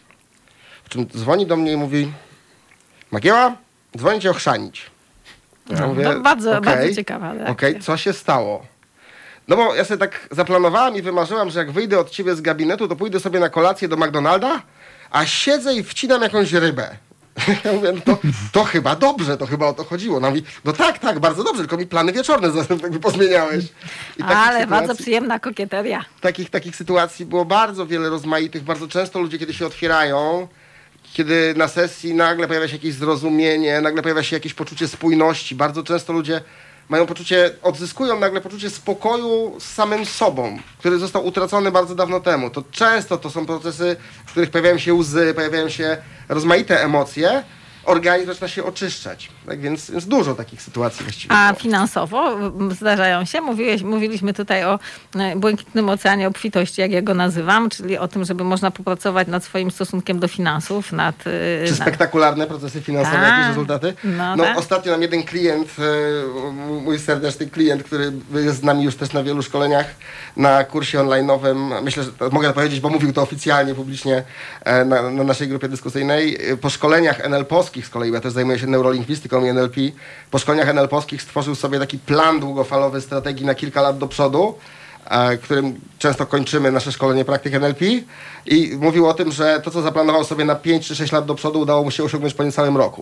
D: po czym dzwoni do mnie i mówi: Makieła, dzwonię cię ochrzanić. Ja
C: No,
D: mówię,
C: no bardzo,
D: okej,
C: bardzo ciekawa reakcja.
D: Okej, co się stało? No bo ja sobie tak zaplanowałam i wymarzyłam, że jak wyjdę od ciebie z gabinetu, to pójdę sobie na kolację do McDonalda, a siedzę i wcinam jakąś rybę. Ja mówię, no to, to chyba dobrze, to chyba o to chodziło. No, mówi, no tak, tak, bardzo dobrze, tylko mi plany wieczorne jakby pozmieniałeś. I takich
C: Ale
D: sytuacji-
C: bardzo przyjemna kokieteria.
D: Takich, takich sytuacji było bardzo wiele rozmaitych. Bardzo często ludzie, kiedy się otwierają, kiedy na sesji nagle pojawia się jakieś zrozumienie, nagle pojawia się jakieś poczucie spójności. Bardzo często ludzie mają poczucie, odzyskują nagle poczucie spokoju z samym sobą, który został utracony bardzo dawno temu. To często to są procesy, w których pojawiają się łzy, pojawiają się rozmaite emocje, organizm zaczyna się oczyszczać. Tak więc, więc dużo takich sytuacji właściwie.
C: A
D: było.
C: finansowo zdarzają się? Mówiłeś, mówiliśmy tutaj o błękitnym oceanie obfitości, jak ja go nazywam, czyli o tym, żeby można popracować nad swoim stosunkiem do finansów. Nad,
D: Czy
C: nad...
D: spektakularne procesy finansowe,
C: Ta.
D: jakieś rezultaty?
C: No,
D: No
C: tak.
D: ostatnio nam jeden klient, mój serdeczny klient, który jest z nami już też na wielu szkoleniach, na kursie online'owym, myślę, że mogę powiedzieć, bo mówił to oficjalnie, publicznie na, na naszej grupie dyskusyjnej, po szkoleniach en el pe-owskich z kolei, ja też zajmuję się neurolingwistyką i en el pe, po szkoleniach en el pe-owskich stworzył sobie taki plan długofalowy strategii na kilka lat do przodu, którym często kończymy nasze szkolenie praktyk en el pe i mówił o tym, że to, co zaplanował sobie na pięć czy sześć lat do przodu, udało mu się osiągnąć po niecałym roku.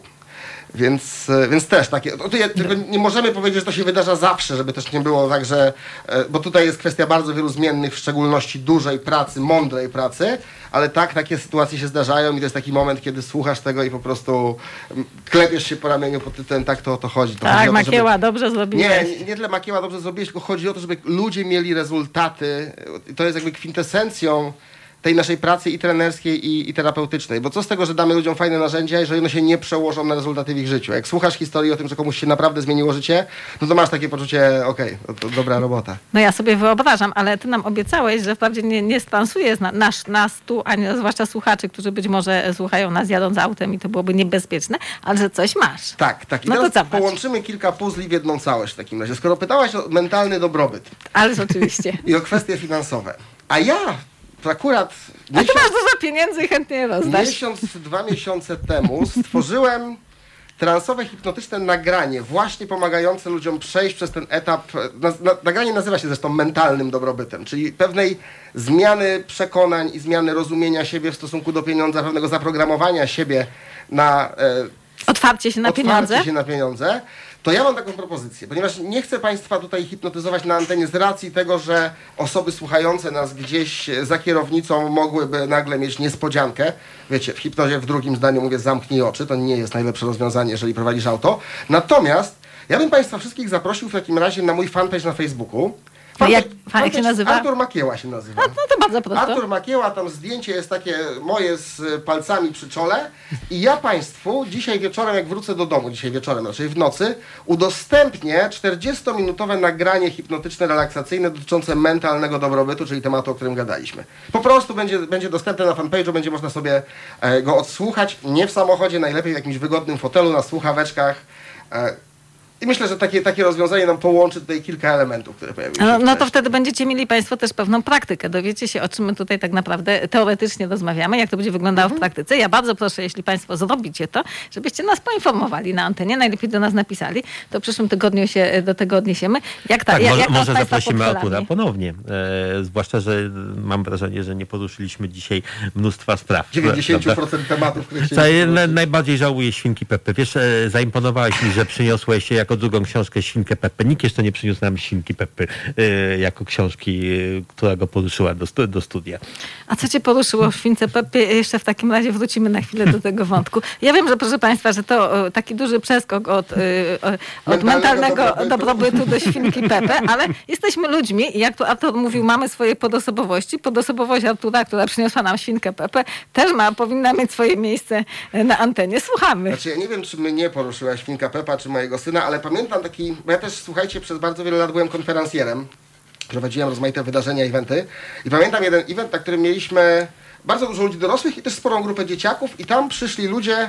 D: Więc, więc też takie, to, to, tylko nie możemy powiedzieć, że to się wydarza zawsze, żeby też nie było tak, że, bo tutaj jest kwestia bardzo wielu zmiennych, w szczególności dużej pracy, mądrej pracy, ale tak, takie sytuacje się zdarzają i to jest taki moment, kiedy słuchasz tego i po prostu klepiesz się po ramieniu pod tytułem, tak to o to chodzi. To
C: Tak,
D: chodzi o to,
C: Makieła,
D: żeby...
C: dobrze zrobiłeś.
D: Nie, nie, nie tyle Makieła dobrze zrobiłeś, tylko chodzi o to, żeby ludzie mieli rezultaty. To jest jakby kwintesencją tej naszej pracy i trenerskiej, i, i terapeutycznej. Bo co z tego, że damy ludziom fajne narzędzia, jeżeli one się nie przełożą na rezultaty w ich życiu? Jak słuchasz historii o tym, że komuś się naprawdę zmieniło życie, no to masz takie poczucie, okej, okay, to, to dobra robota.
C: No ja sobie wyobrażam, ale ty nam obiecałeś, że wprawdzie nie, nie stransujesz na, nas, nas tu, ani zwłaszcza słuchaczy, którzy być może słuchają nas jadąc autem i to byłoby niebezpieczne, ale że coś masz.
D: Tak, tak. I
C: no
D: teraz
C: to zobacz.
D: Połączymy kilka puzli w jedną całość w takim razie. Skoro pytałaś o mentalny dobrobyt
C: Ależ oczywiście.
D: i o kwestie finansowe, a ja akurat
C: A ty masz dużo pieniędzy i chętnie rozdasz.
D: Miesiąc, dwa miesiące temu stworzyłem transowe, hipnotyczne nagranie, właśnie pomagające ludziom przejść przez ten etap. Na, na, nagranie nazywa się zresztą mentalnym dobrobytem, czyli pewnej zmiany przekonań i zmiany rozumienia siebie w stosunku do pieniądza, pewnego zaprogramowania siebie na e,
C: otwarcie się na
D: otwarcie
C: pieniądze.
D: się na pieniądze. To ja mam taką propozycję, ponieważ nie chcę Państwa tutaj hipnotyzować na antenie z racji tego, że osoby słuchające nas gdzieś za kierownicą mogłyby nagle mieć niespodziankę. Wiecie, w hipnozie w drugim zdaniu mówię zamknij oczy, to nie jest najlepsze rozwiązanie, jeżeli prowadzisz auto. Natomiast ja bym Państwa wszystkich zaprosił w takim razie na mój fanpage na Facebooku.
C: No jak,
D: Fanpage,
C: jak się nazywa?
D: Artur Makieła się nazywa.
C: No, no to bardzo prosto.
D: Artur Makieła, tam zdjęcie jest takie moje z palcami przy czole i ja Państwu dzisiaj wieczorem, jak wrócę do domu, dzisiaj wieczorem, raczej w nocy, udostępnię czterdziestominutowe nagranie hipnotyczne, relaksacyjne dotyczące mentalnego dobrobytu, czyli tematu, o którym gadaliśmy. Po prostu będzie, będzie dostępne na fanpage'u, będzie można sobie e, go odsłuchać, nie w samochodzie, najlepiej w jakimś wygodnym fotelu, na słuchaweczkach. E, I myślę, że takie, takie rozwiązanie nam połączy tutaj kilka elementów, które pojawiły się.
C: No, no to
D: wcześniej.
C: wtedy będziecie mieli Państwo też pewną praktykę. Dowiecie się, o czym my tutaj tak naprawdę teoretycznie rozmawiamy, jak to będzie wyglądało
D: Mhm.
C: w praktyce. Ja bardzo proszę, jeśli Państwo zrobicie to, żebyście nas poinformowali na antenie, najlepiej do nas napisali. To w przyszłym tygodniu się do tego odniesiemy. Jak ta,
B: Tak,
C: jak,
B: może,
C: jak
B: może
C: Państwa
B: zaprosimy
C: pod
B: Artura
C: kolami?
B: ponownie. E, zwłaszcza, że mam wrażenie, że nie poruszyliśmy dzisiaj mnóstwa spraw.
D: dziewięćdziesiąt
B: Prawda?
D: procent tematów, które
B: Co,
D: chcieliśmy
B: na,
D: poruszyć.
B: najbardziej żałuję Świnki Peppy. Wiesz, e, zaimponowałeś mi, że przyniosłeś jako drugą książkę Świnkę Peppę. Nikt jeszcze nie przyniósł nam Świnki Peppy e, jako książki, e, która go poruszyła do, stu, do studia.
C: A co cię poruszyło w Śwince Peppy? Jeszcze w takim razie wrócimy na chwilę do tego wątku. Ja wiem, że proszę Państwa, że to o, taki duży przeskok od, y, o, od
D: Mentalnego
C: mentalnego
D: dobrobytu.
C: dobrobytu do Świnki Peppy, ale jesteśmy ludźmi i jak tu Artur mówił, mamy swoje podosobowości. Podosobowość Artura, która przyniosła nam Świnkę Peppę, też ma, powinna mieć swoje miejsce na antenie. Słuchamy.
D: Znaczy, ja nie wiem, czy mnie poruszyła Świnka Peppa, czy mojego syna, ale pamiętam taki, bo ja też, słuchajcie, przez bardzo wiele lat byłem konferencjerem, prowadziłem rozmaite wydarzenia, eventy i pamiętam jeden event, na którym mieliśmy bardzo dużo ludzi dorosłych i też sporą grupę dzieciaków i tam przyszli ludzie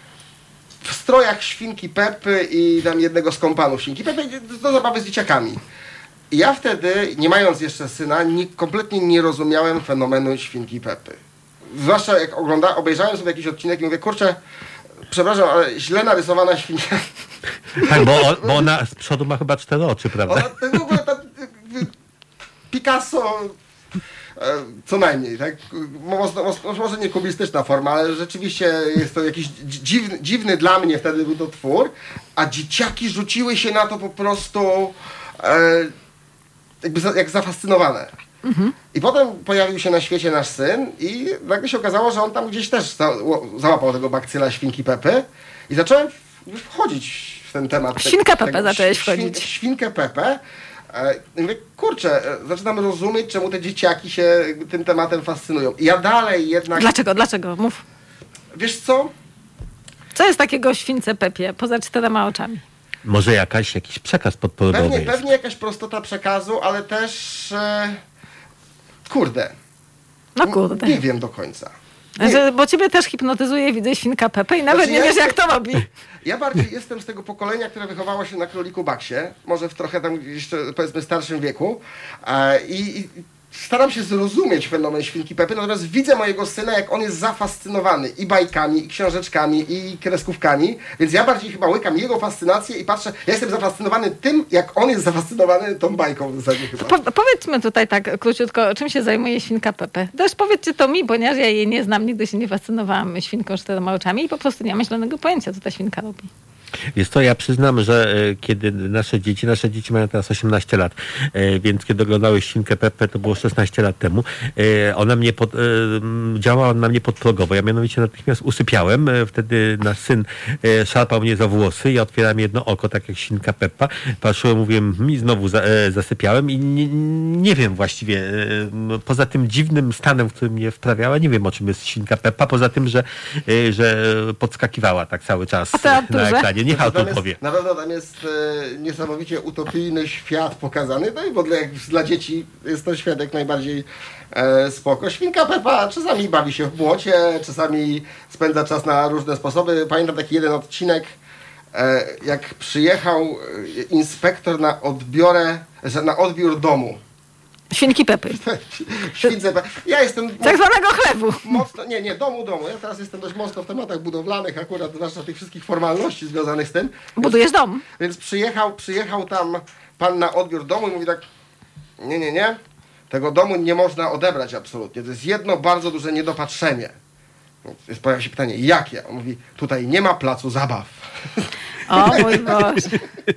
D: w strojach Świnki Peppy i tam jednego z kompanów Świnki Peppy do zabawy z dzieciakami. I ja wtedy, nie mając jeszcze syna, nie, kompletnie nie rozumiałem fenomenu Świnki Peppy. Zwłaszcza jak ogląda, obejrzałem sobie jakiś odcinek i mówię, kurczę, przepraszam, ale źle narysowana świnia.
B: Tak, bo, o, bo ona z przodu ma chyba cztery oczy, prawda?
D: Ona, tak w ogóle, ta, Picasso e, co najmniej, tak? Może, może nie kubistyczna forma, ale rzeczywiście jest to jakiś dziwny, dziwny dla mnie wtedy był to twór, a dzieciaki rzuciły się na to po prostu e, jakby za, jak zafascynowane. Mhm. I potem pojawił się na świecie nasz syn i nagle się okazało, że on tam gdzieś też za, załapał tego bakcyla Świnki Pepy i zacząłem wchodzić w w ten temat.
C: Świnka Pepe zacząłeś wchodzić.
D: Świn, świnkę Pepe. I mówię, kurczę, zaczynam rozumieć, czemu te dzieciaki się tym tematem fascynują. Ja dalej jednak...
C: Dlaczego? Dlaczego? Mów.
D: Wiesz co?
C: Co jest takiego w śwince Pepie poza czterema oczami?
B: Może jakaś, jakiś przekaz podpowiedzi
D: Pewnie,
B: jest.
D: pewnie jakaś prostota przekazu, ale też... E, kurde.
C: No kurde.
D: Nie wiem do końca.
C: Że, bo ciebie też hipnotyzuje, widzę, świnka Pepe i nawet
D: Znaczy,
C: nie
D: ja
C: wiesz,
D: jestem-
C: jak to robi.
D: Ja bardziej jestem z tego pokolenia, które wychowało się na Króliku Baksie, może w trochę tam jeszcze powiedzmy starszym wieku e, i, i staram się zrozumieć fenomen świnki Pepy, natomiast widzę mojego syna, jak on jest zafascynowany i bajkami, i książeczkami, i kreskówkami, więc ja bardziej chyba łykam jego fascynację i patrzę, ja jestem zafascynowany tym, jak on jest zafascynowany tą bajką w zasadzie chyba.
C: Po, powiedzmy tutaj tak króciutko, czym się zajmuje świnka Pepe. Też powiedzcie to mi, ponieważ ja jej nie znam, nigdy się nie fascynowałam świnką czterema oczami i po prostu nie mam zielonego pojęcia, co ta świnka robi.
B: Wiesz co, ja przyznam, że e, kiedy nasze dzieci, nasze dzieci mają teraz osiemnaście lat, e, więc kiedy oglądały Świnkę Pepe, to było szesnaście lat temu, e, ona mnie pod, e, działała na mnie podprogowo. Ja mianowicie natychmiast usypiałem, e, wtedy nasz syn e, szarpał mnie za włosy, ja otwierałem jedno oko, tak jak Świnka Peppa, patrzyłem, mówiłem i znowu za, e, zasypiałem i nie, nie wiem właściwie, e, poza tym dziwnym stanem, w którym mnie wprawiała, nie wiem, o czym jest Świnka Peppa, poza tym, że, e, że podskakiwała tak cały czas
C: A to
B: na
C: Arturze?
B: ekranie. Niech Artur
D: Natomiast
B: powie.
D: na pewno tam jest e, niesamowicie utopijny świat pokazany, no i w ogóle jak dla dzieci jest to świat jak najbardziej e, spoko. Świnka Pepa czasami bawi się w błocie, czasami spędza czas na różne sposoby. Pamiętam taki jeden odcinek, e, jak przyjechał e, inspektor na odbiorę, że na odbiór domu.
C: Świnki Pepy.
D: Śwince Pe- Ja jestem...
C: Tak zwanego chlewu.
D: Mocno, nie, nie, domu, domu. Ja teraz jestem dość mocno w tematach budowlanych, akurat zwłaszcza tych wszystkich formalności związanych z tym.
C: Budujesz dom.
D: Więc przyjechał, przyjechał tam pan na odbiór domu i mówi tak, nie, nie, nie, tego domu nie można odebrać absolutnie. To jest jedno bardzo duże niedopatrzenie. Więc pojawia się pytanie, jakie? On mówi, tutaj nie ma placu zabaw.
C: O mój Boże.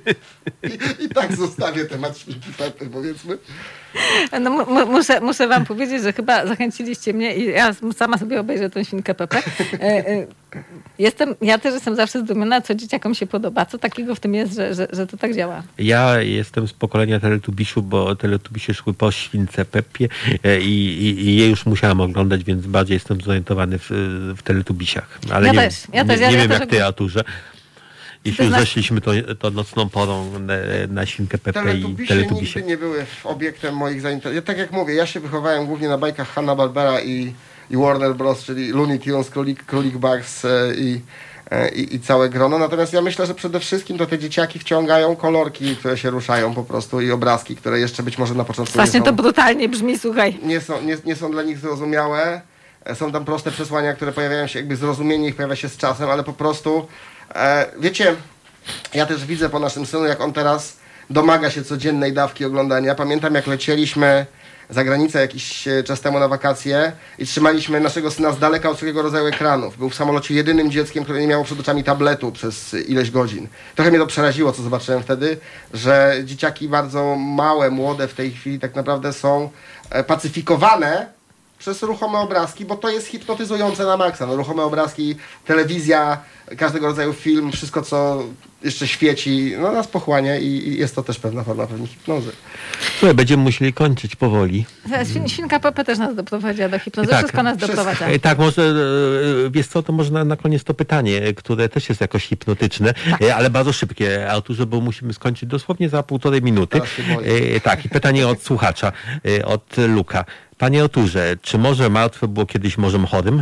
D: I, i tak zostawię temat Świnki Pepy, powiedzmy.
C: No, mu, muszę, muszę wam powiedzieć, że chyba zachęciliście mnie i ja sama sobie obejrzę tę Świnkę Pepę. E, e, jestem, ja też jestem zawsze zdumiona, co dzieciakom się podoba. Co takiego w tym jest, że, że, że to tak działa?
B: Ja jestem z pokolenia Teletubisiu, bo Teletubisie szły po Śwince Peppie e, i, i, i je już musiałam oglądać, więc bardziej jestem zorientowany w, w Teletubisiach. Ale
C: Ja
B: nie,
C: też, ja
B: nie,
C: też, ja-
B: nie
C: ja
B: wiem
C: też
B: jak ty,
C: ogl-
B: Arturze. Jeśli
C: To
B: już
C: znaczy-
B: zeszliśmy to, to nocną porą na, na Świnkę Peppę i
D: Teletubisie
B: Teletubisie.
D: nigdy nie były obiektem moich zainteresowań. Ja, tak jak mówię, ja się wychowałem głównie na bajkach Hanna-Barbera i, i Warner Bros., czyli Looney Tunes, Królik, Królik Bugs e, i, e, i, i całe grono. Natomiast ja myślę, że przede wszystkim to te dzieciaki wciągają kolorki, które się ruszają po prostu i obrazki, które jeszcze być może na początku
C: Strasznie
D: nie
C: to
D: są,
C: brutalnie brzmi, słuchaj.
D: nie, są, nie, nie są dla nich zrozumiałe. E, Są tam proste przesłania, które pojawiają się, jakby zrozumienie ich pojawia się z czasem, ale po prostu, e, wiecie, ja też widzę po naszym synu, jak on teraz domaga się codziennej dawki oglądania. Pamiętam, jak lecieliśmy za granicę jakiś e, czas temu na wakacje i trzymaliśmy naszego syna z daleka od wszelkiego rodzaju ekranów. Był w samolocie jedynym dzieckiem, które nie miało przed oczami tabletu przez ileś godzin. Trochę mnie to przeraziło, co zobaczyłem wtedy, że dzieciaki bardzo małe, młode w tej chwili tak naprawdę są e, pacyfikowane przez ruchome obrazki, bo to jest hipnotyzujące na maksa. No, ruchome obrazki, telewizja, każdego rodzaju film, wszystko co jeszcze świeci, no nas pochłania i, i jest to też pewna forma pewnej hipnozy.
B: Słuchaj, będziemy musieli kończyć powoli.
C: Świn, świnka Pepe też nas doprowadziła do hipnozy.
B: Tak,
C: Wszystko nas
D: wszystko.
C: doprowadza.
B: E, Tak, może e, wiesz co, to może na, na koniec to pytanie, które też jest jakoś hipnotyczne, e, ale bardzo szybkie, Arturze, bo musimy skończyć dosłownie za półtorej minuty.
D: Teraz się boję.
B: E, Tak, i pytanie od słuchacza, e, od Luka. Panie Arturze, czy Morze Martwe było kiedyś morzem chorym?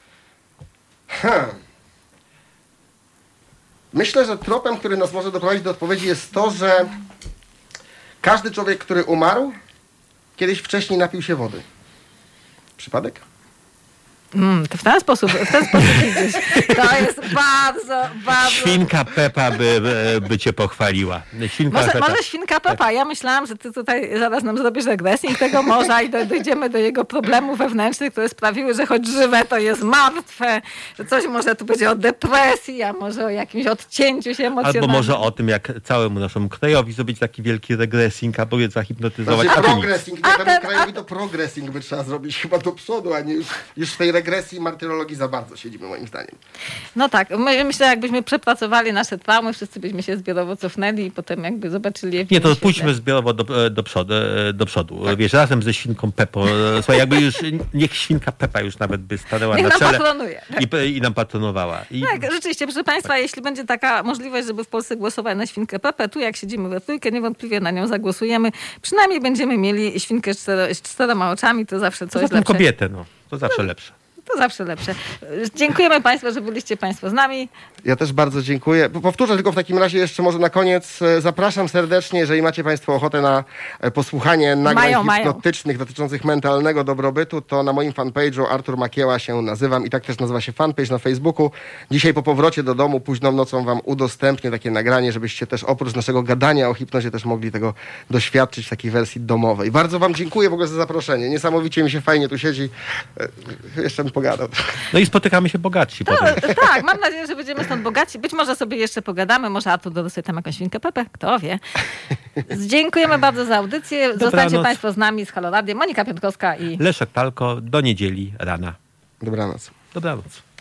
D: Hmm. Myślę, że tropem, który nas może doprowadzić do odpowiedzi jest to, że każdy człowiek, który umarł, kiedyś wcześniej napił się wody. Przypadek?
C: Mm, to w ten sposób, w ten sposób widzisz. To jest bardzo, bardzo...
B: Świnka Pepa by, by, by cię pochwaliła. Świnka
C: Może,
B: Pepa.
C: może świnka Pepa. Ja myślałam, że ty tutaj zaraz nam zrobisz regresing tego morza i do, dojdziemy do jego problemów wewnętrznych, które sprawiły, że choć żywe, to jest martwe, że coś może tu będzie o depresji, a może o jakimś odcięciu się emocjonalnym.
B: Albo może o tym, jak całemu naszemu krajowi zrobić taki wielki regressing, albo je zahipnotyzować.
D: Znaczy
B: a ty nic.
D: progressing,
C: A
D: nie
C: ten-
D: temu
C: a
D: krajowi
C: ten-
D: to progressing by trzeba zrobić chyba do przodu, a nie już, już w tej regresji regresji, martyrologii za bardzo siedzimy, moim zdaniem.
C: No tak, my, myślę, jakbyśmy przepracowali nasze traumy, wszyscy byśmy się zbiorowo cofnęli i potem jakby zobaczyli je w
B: Nie, to
C: świetle.
B: pójdźmy zbiorowo do, do przodu. Do przodu. Wiesz, razem ze świnką Pepą. Słuchaj, jakby już, niech świnka Pepa już nawet by stanęła
C: Niech
B: na
C: nam
B: czele
C: patronuje.
B: i, i nam patronowała. I...
C: Tak, rzeczywiście, proszę Państwa, jeśli będzie taka możliwość, żeby w Polsce głosować na świnkę Pepę, tu jak siedzimy we trójkę, niewątpliwie na nią zagłosujemy. Przynajmniej będziemy mieli świnkę z, cztero, z czterema oczami, to zawsze coś
B: Poza tym
C: lepsze.
B: kobietę, no. To zawsze lepsze.
C: To zawsze lepsze. Dziękujemy Państwu, że byliście Państwo z nami.
D: Ja też bardzo dziękuję. Powtórzę tylko w takim razie jeszcze może na koniec. Zapraszam serdecznie, jeżeli macie Państwo ochotę na posłuchanie nagrań
C: Mają, mają.
D: hipnotycznych dotyczących mentalnego dobrobytu, to na moim fanpage'u Artur Makieła się nazywam i tak też nazywa się fanpage na Facebooku. Dzisiaj po powrocie do domu późną nocą Wam udostępnię takie nagranie, żebyście też oprócz naszego gadania o hipnozie też mogli tego doświadczyć w takiej wersji domowej. Bardzo Wam dziękuję w ogóle za zaproszenie. Niesamowicie mi się fajnie tu siedzi. Jeszcze bym pogadał.
B: No i spotykamy się bogatsi potem.
C: Tak, mam nadzieję, że będziemy stąd bogaci. Być może sobie jeszcze pogadamy, może Artur doda sobie tam jakąś świnkę Pepę, kto wie. Dziękujemy bardzo za audycję.
B: Dobranoc.
C: Zostańcie Państwo z nami z Halo Radio. Monika Piątkowska i
B: Leszek Talko, do niedzieli rana.
D: Dobranoc.
B: Dobranoc.